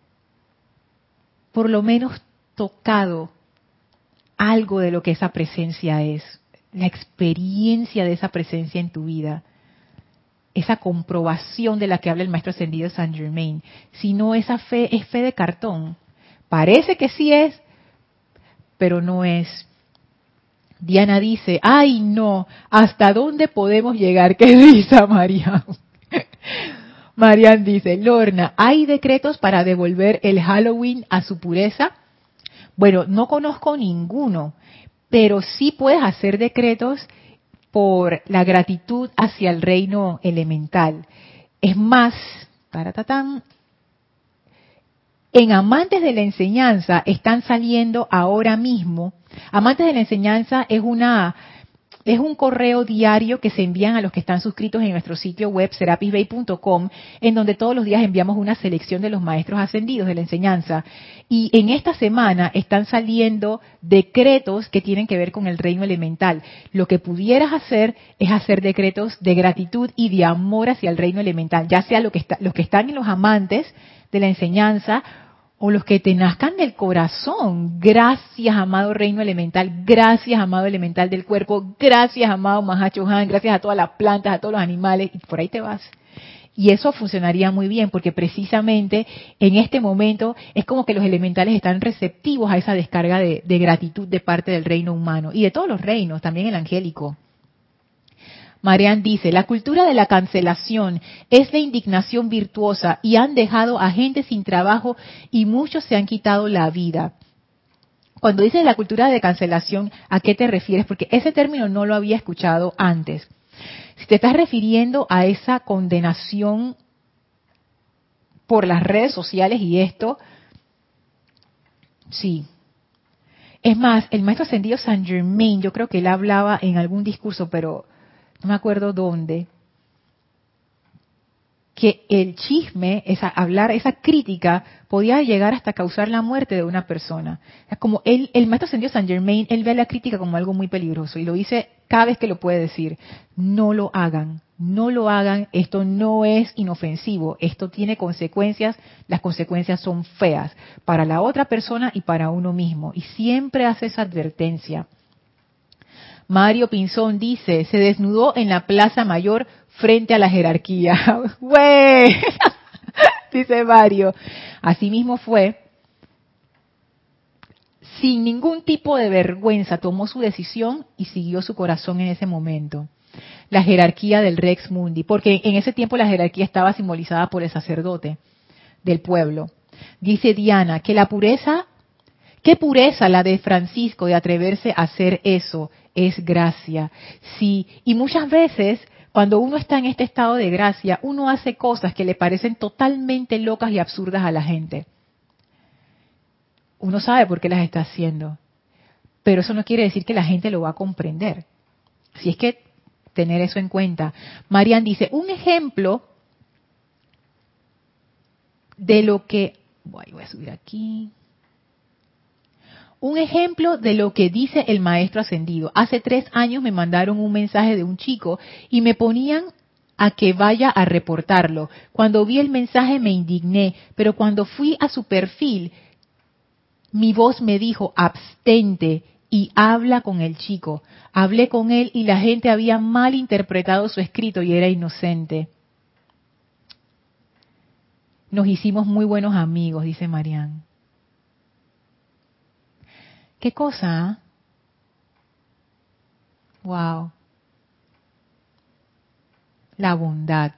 por lo menos tocado algo de lo que esa presencia es, la experiencia de esa presencia en tu vida, esa comprobación de la que habla el maestro ascendido Saint Germain. Si no, esa fe es fe de cartón. Parece que sí es, pero no es. Diana dice, ay no, ¿hasta dónde podemos llegar? ¡Qué risa, Marian! Marian dice, Lorna, ¿hay decretos para devolver el Halloween a su pureza? Bueno, no conozco ninguno, pero sí puedes hacer decretos por la gratitud hacia el reino elemental. Es más, taratatán, en Amantes de la Enseñanza están saliendo ahora mismo. Amantes de la Enseñanza es una es un correo diario que se envían a los que están suscritos en nuestro sitio web serapis bay punto com, en donde todos los días enviamos una selección de los maestros ascendidos de la enseñanza. Y en esta semana están saliendo decretos que tienen que ver con el reino elemental. Lo que pudieras hacer es hacer decretos de gratitud y de amor hacia el reino elemental, ya sea lo que está, los que están en los amantes de la enseñanza o los que te nazcan del corazón. Gracias, amado reino elemental. Gracias, amado elemental del cuerpo. Gracias, amado Mahacho Han. Gracias a todas las plantas, a todos los animales. Y por ahí te vas. Y eso funcionaría muy bien porque precisamente en este momento es como que los elementales están receptivos a esa descarga de, de gratitud de parte del reino humano y de todos los reinos, también el angélico. Marian dice, la cultura de la cancelación es la indignación virtuosa y han dejado a gente sin trabajo y muchos se han quitado la vida. Cuando dices la cultura de cancelación, ¿a qué te refieres? Porque ese término no lo había escuchado antes. Si te estás refiriendo a esa condenación por las redes sociales y esto, sí. Es más, el maestro ascendido Saint Germain, yo creo que él hablaba en algún discurso, pero no me acuerdo dónde, que el chisme, esa, hablar, esa crítica, podía llegar hasta causar la muerte de una persona. Es como él, el maestro ascendido Saint Germain, él ve la crítica como algo muy peligroso y lo dice cada vez que lo puede decir. No lo hagan, no lo hagan, esto no es inofensivo, esto tiene consecuencias, las consecuencias son feas para la otra persona y para uno mismo. Y siempre hace esa advertencia. Mario Pinzón dice, se desnudó en la Plaza Mayor frente a la jerarquía. ¡Güey! Dice Mario. Así mismo fue. Sin ningún tipo de vergüenza tomó su decisión y siguió su corazón en ese momento. La jerarquía del Rex Mundi, porque en ese tiempo la jerarquía estaba simbolizada por el sacerdote del pueblo. Dice Diana que la pureza, qué pureza la de Francisco de atreverse a hacer eso, es gracia. Sí, y muchas veces cuando uno está en este estado de gracia, uno hace cosas que le parecen totalmente locas y absurdas a la gente. Uno sabe por qué las está haciendo, pero eso no quiere decir que la gente lo va a comprender. Si es que tener eso en cuenta. Marian dice, un ejemplo de lo que... Voy a subir aquí. Un ejemplo de lo que dice el maestro ascendido. Hace tres años me mandaron un mensaje de un chico y me ponían a que vaya a reportarlo. Cuando vi el mensaje me indigné, pero cuando fui a su perfil, mi voz me dijo, abstente y habla con el chico. Hablé con él y la gente había mal interpretado su escrito y era inocente. Nos hicimos muy buenos amigos, dice Marian. ¿Qué cosa? Wow. La bondad.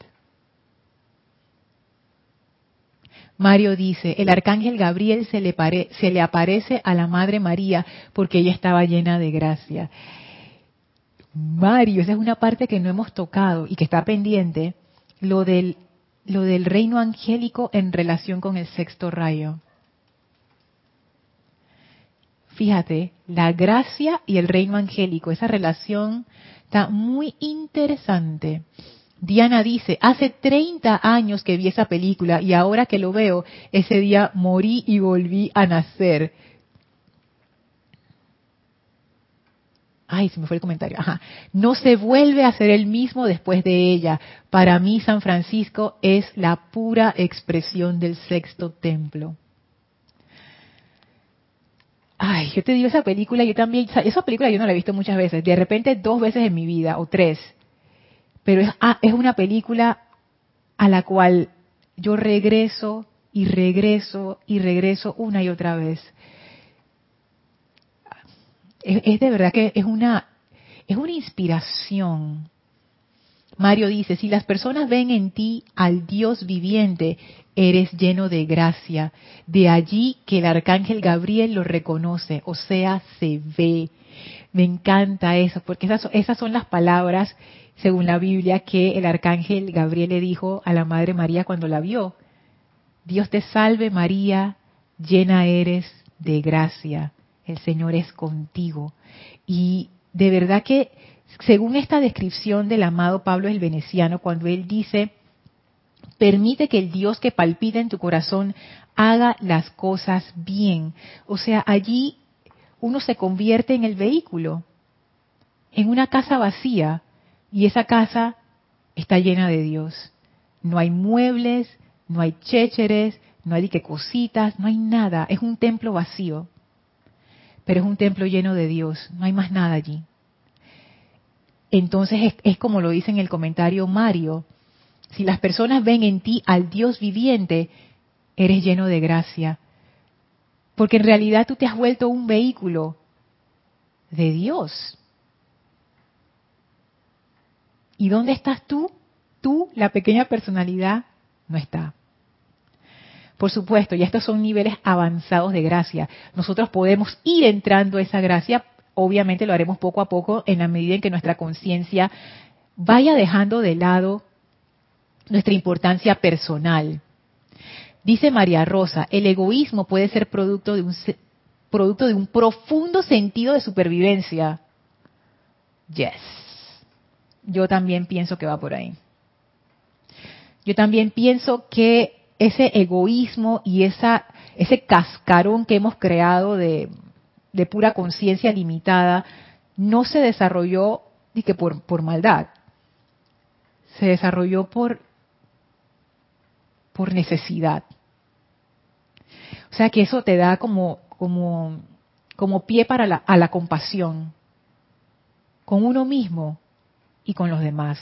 Mario dice, el arcángel Gabriel se le, pare, se le aparece a la Madre María porque ella estaba llena de gracia. Mario, esa es una parte que no hemos tocado y que está pendiente, lo del, lo del reino angélico en relación con el sexto rayo. Fíjate, la gracia y el reino angélico, esa relación está muy interesante. Diana dice, hace treinta años que vi esa película y ahora que lo veo, ese día morí y volví a nacer. Ay, se me fue el comentario. Ajá. No se vuelve a ser el mismo después de ella. Para mí San Francisco es la pura expresión del sexto templo. Ay, yo te digo esa película, yo también, esa película yo no la he visto muchas veces, de repente dos veces en mi vida o tres, pero es, ah, es una película a la cual yo regreso y regreso y regreso una y otra vez. Es, es de verdad que es una, es una inspiración. Mario dice, si las personas ven en ti al Dios viviente, eres lleno de gracia. De allí que el arcángel Gabriel lo reconoce, o sea, se ve. Me encanta eso, porque esas, esas son las palabras, según la Biblia, que el arcángel Gabriel le dijo a la Madre María cuando la vio. Dios te salve María, llena eres de gracia. El Señor es contigo. Y de verdad que según esta descripción del amado Pablo el Veneciano, cuando él dice, permite que el Dios que palpita en tu corazón haga las cosas bien. O sea, allí uno se convierte en el vehículo, en una casa vacía, y esa casa está llena de Dios. No hay muebles, no hay chécheres, no hay que cositas, no hay nada. Es un templo vacío, pero es un templo lleno de Dios. No hay más nada allí. Entonces es, es como lo dice en el comentario Mario, si las personas ven en ti al Dios viviente, eres lleno de gracia. Porque en realidad tú te has vuelto un vehículo de Dios. ¿Y dónde estás tú? Tú, la pequeña personalidad, no está. Por supuesto, ya estos son niveles avanzados de gracia. Nosotros podemos ir entrando a esa gracia, obviamente lo haremos poco a poco en la medida en que nuestra conciencia vaya dejando de lado nuestra importancia personal. Dice María Rosa, el egoísmo puede ser producto de un producto de un profundo sentido de supervivencia. Yes. Yo también pienso que va por ahí. Yo también pienso que ese egoísmo y esa ese cascarón que hemos creado de, de pura conciencia limitada no se desarrolló ni que por, por maldad. Se desarrolló por, por necesidad. O sea que eso te da como, como, como pie para la, a la compasión con uno mismo y con los demás.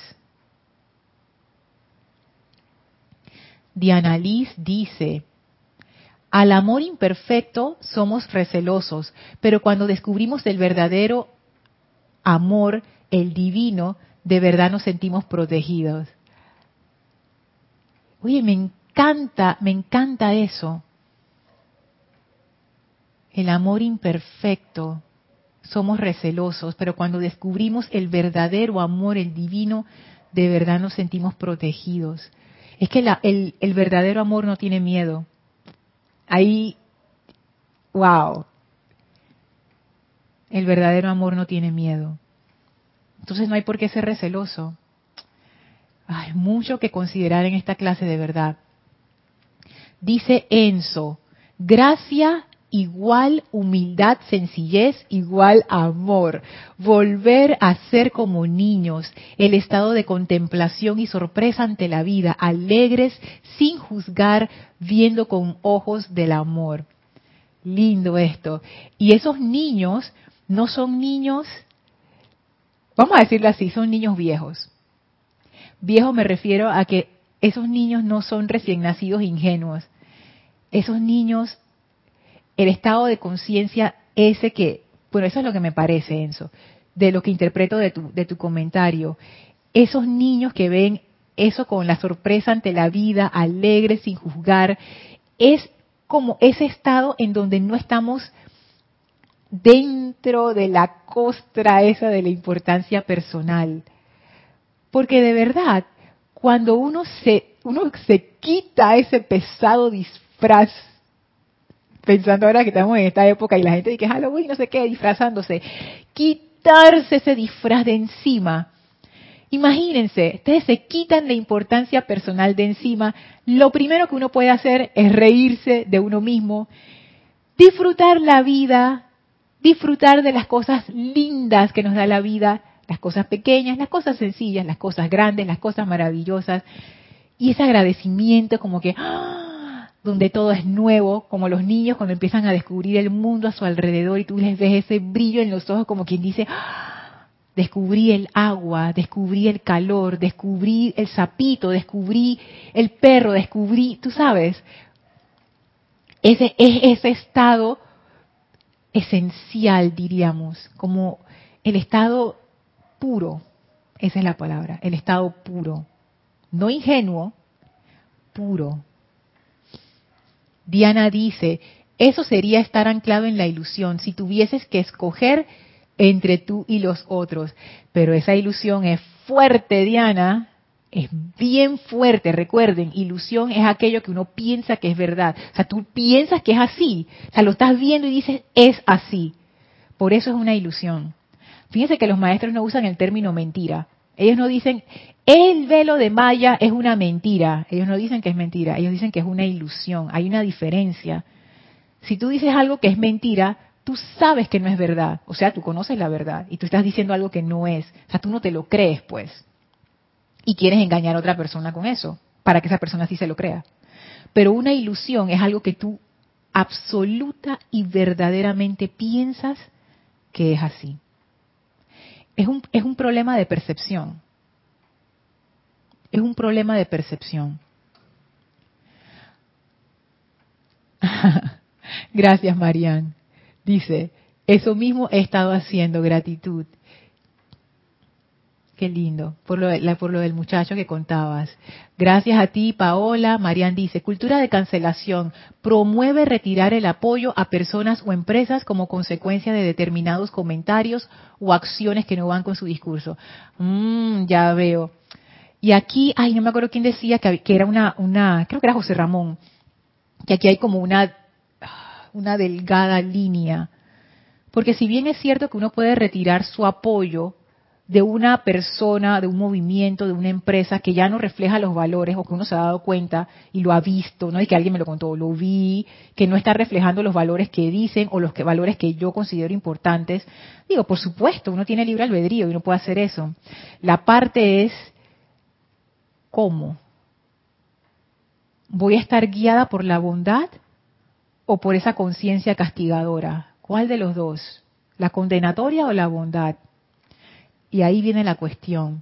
Diana Liz dice, al amor imperfecto somos recelosos, pero cuando descubrimos el verdadero amor, el divino, de verdad nos sentimos protegidos. Oye, me encanta, me encanta eso. El amor imperfecto, somos recelosos, pero cuando descubrimos el verdadero amor, el divino, de verdad nos sentimos protegidos. Es que la, el, el verdadero amor no tiene miedo. Ahí, wow. El verdadero amor no tiene miedo. Entonces no hay por qué ser receloso. Hay mucho que considerar en esta clase de verdad. Dice Enzo, gracia igual humildad, sencillez igual amor. Volver a ser como niños, el estado de contemplación y sorpresa ante la vida, alegres, sin juzgar, viendo con ojos del amor. Lindo esto. Y esos niños no son niños, vamos a decirlo así, son niños viejos. Viejo me refiero a que esos niños no son recién nacidos ingenuos. Esos niños, el estado de conciencia ese que, bueno, eso es lo que me parece, Enzo, de lo que interpreto de tu, de tu comentario. Esos niños que ven eso con la sorpresa ante la vida, alegres, sin juzgar, es como ese estado en donde no estamos dentro de la costra esa de la importancia personal. Porque de verdad, cuando uno se, uno se quita ese pesado disfraz, pensando ahora que estamos en esta época y la gente dice Halloween, no sé qué, disfrazándose, quitarse ese disfraz de encima. Imagínense, ustedes se quitan la importancia personal de encima, lo primero que uno puede hacer es reírse de uno mismo, disfrutar la vida, disfrutar de las cosas lindas que nos da la vida, las cosas pequeñas, las cosas sencillas, las cosas grandes, las cosas maravillosas, y ese agradecimiento como que, ¡ah!, donde todo es nuevo, como los niños cuando empiezan a descubrir el mundo a su alrededor y tú les ves ese brillo en los ojos como quien dice, ¡ah!, descubrí el agua, descubrí el calor, descubrí el sapito, descubrí el perro, descubrí, tú sabes, ese es ese estado esencial, diríamos, como el estado puro, esa es la palabra, el estado puro, no ingenuo, puro. Diana dice, eso sería estar anclado en la ilusión, si tuvieses que escoger entre tú y los otros, pero esa ilusión es fuerte, Diana, es bien fuerte. Recuerden, ilusión es aquello que uno piensa que es verdad, o sea, tú piensas que es así, o sea, lo estás viendo y dices, es así, por eso es una ilusión. Fíjense que los maestros no usan el término mentira. Ellos no dicen, el velo de Maya es una mentira. Ellos no dicen que es mentira, ellos dicen que es una ilusión. Hay una diferencia. Si tú dices algo que es mentira, tú sabes que no es verdad. O sea, tú conoces la verdad y tú estás diciendo algo que no es. O sea, tú no te lo crees, pues. Y quieres engañar a otra persona con eso, para que esa persona sí se lo crea. Pero una ilusión es algo que tú absoluta y verdaderamente piensas que es así. Es un, es un problema de percepción. Es un problema de percepción. Gracias, Marian. Dice, eso mismo he estado haciendo, gratitud. Qué lindo, por lo, de- la- por lo del muchacho que contabas. Gracias a ti, Paola. Marian dice, cultura de cancelación promueve retirar el apoyo a personas o empresas como consecuencia de determinados comentarios o acciones que no van con su discurso. Mm, ya veo. Y aquí, ay, no me acuerdo quién decía que, hab- que era una, una, creo que era José Ramón, que aquí hay como una, una delgada línea. Porque si bien es cierto que uno puede retirar su apoyo de una persona, de un movimiento, de una empresa que ya no refleja los valores o que uno se ha dado cuenta y lo ha visto, no es que alguien me lo contó, lo vi, que no está reflejando los valores que dicen o los que, valores que yo considero importantes. Digo, por supuesto, uno tiene libre albedrío y uno puede hacer eso. La parte es cómo. ¿Voy a estar guiada por la bondad o por esa conciencia castigadora? ¿Cuál de los dos? ¿La condenatoria o la bondad? Y ahí viene la cuestión.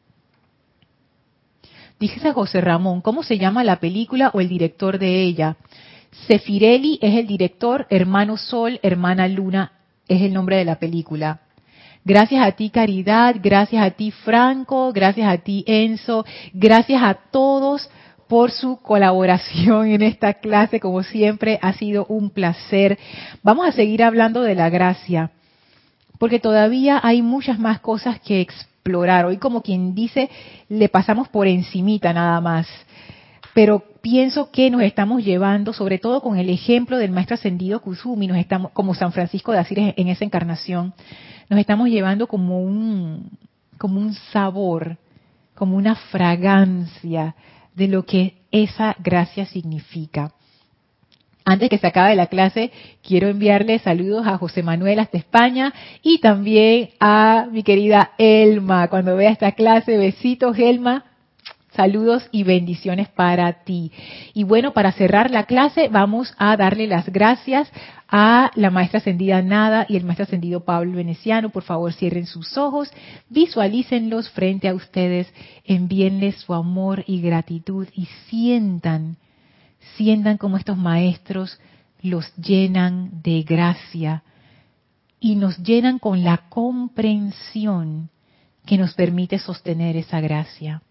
Dice José Ramón, ¿cómo se llama la película o el director de ella? Sefirelli es el director, hermano Sol, hermana Luna es el nombre de la película. Gracias a ti, Caridad, gracias a ti, Franco, gracias a ti, Enzo, gracias a todos por su colaboración en esta clase. Como siempre, ha sido un placer. Vamos a seguir hablando de la gracia, porque todavía hay muchas más cosas que explorar. Hoy, como quien dice, le pasamos por encimita nada más. Pero pienso que nos estamos llevando, sobre todo con el ejemplo del maestro ascendido Kusumi, nos estamos, como San Francisco de Asís en esa encarnación, nos estamos llevando como un, como un sabor, como una fragancia de lo que esa gracia significa. Antes que se acabe la clase, quiero enviarle saludos a José Manuel hasta España y también a mi querida Elma. Cuando vea esta clase, besitos, Elma. Saludos y bendiciones para ti. Y bueno, para cerrar la clase, vamos a darle las gracias a la maestra ascendida Nada y el maestro ascendido Pablo Veneciano. Por favor, cierren sus ojos, visualícenlos frente a ustedes, envíenles su amor y gratitud y sientan Sientan como estos maestros los llenan de gracia y nos llenan con la comprensión que nos permite sostener esa gracia.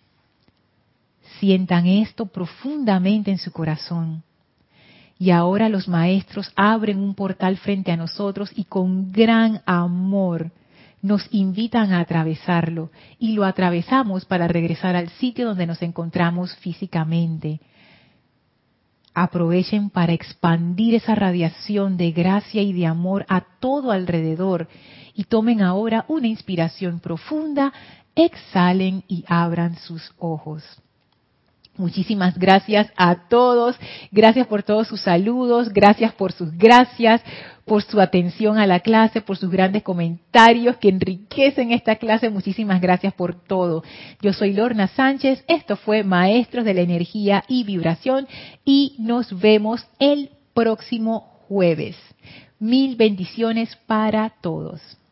Sientan esto profundamente en su corazón. Y ahora los maestros abren un portal frente a nosotros y con gran amor nos invitan a atravesarlo. Y lo atravesamos para regresar al sitio donde nos encontramos físicamente. Aprovechen para expandir esa radiación de gracia y de amor a todo alrededor y tomen ahora una inspiración profunda, exhalen y abran sus ojos. Muchísimas gracias a todos, gracias por todos sus saludos, gracias por sus gracias, por su atención a la clase, por sus grandes comentarios que enriquecen esta clase. Muchísimas gracias por todo. Yo soy Lorna Sánchez, esto fue Maestros de la Energía y Vibración y nos vemos el próximo jueves. Mil bendiciones para todos.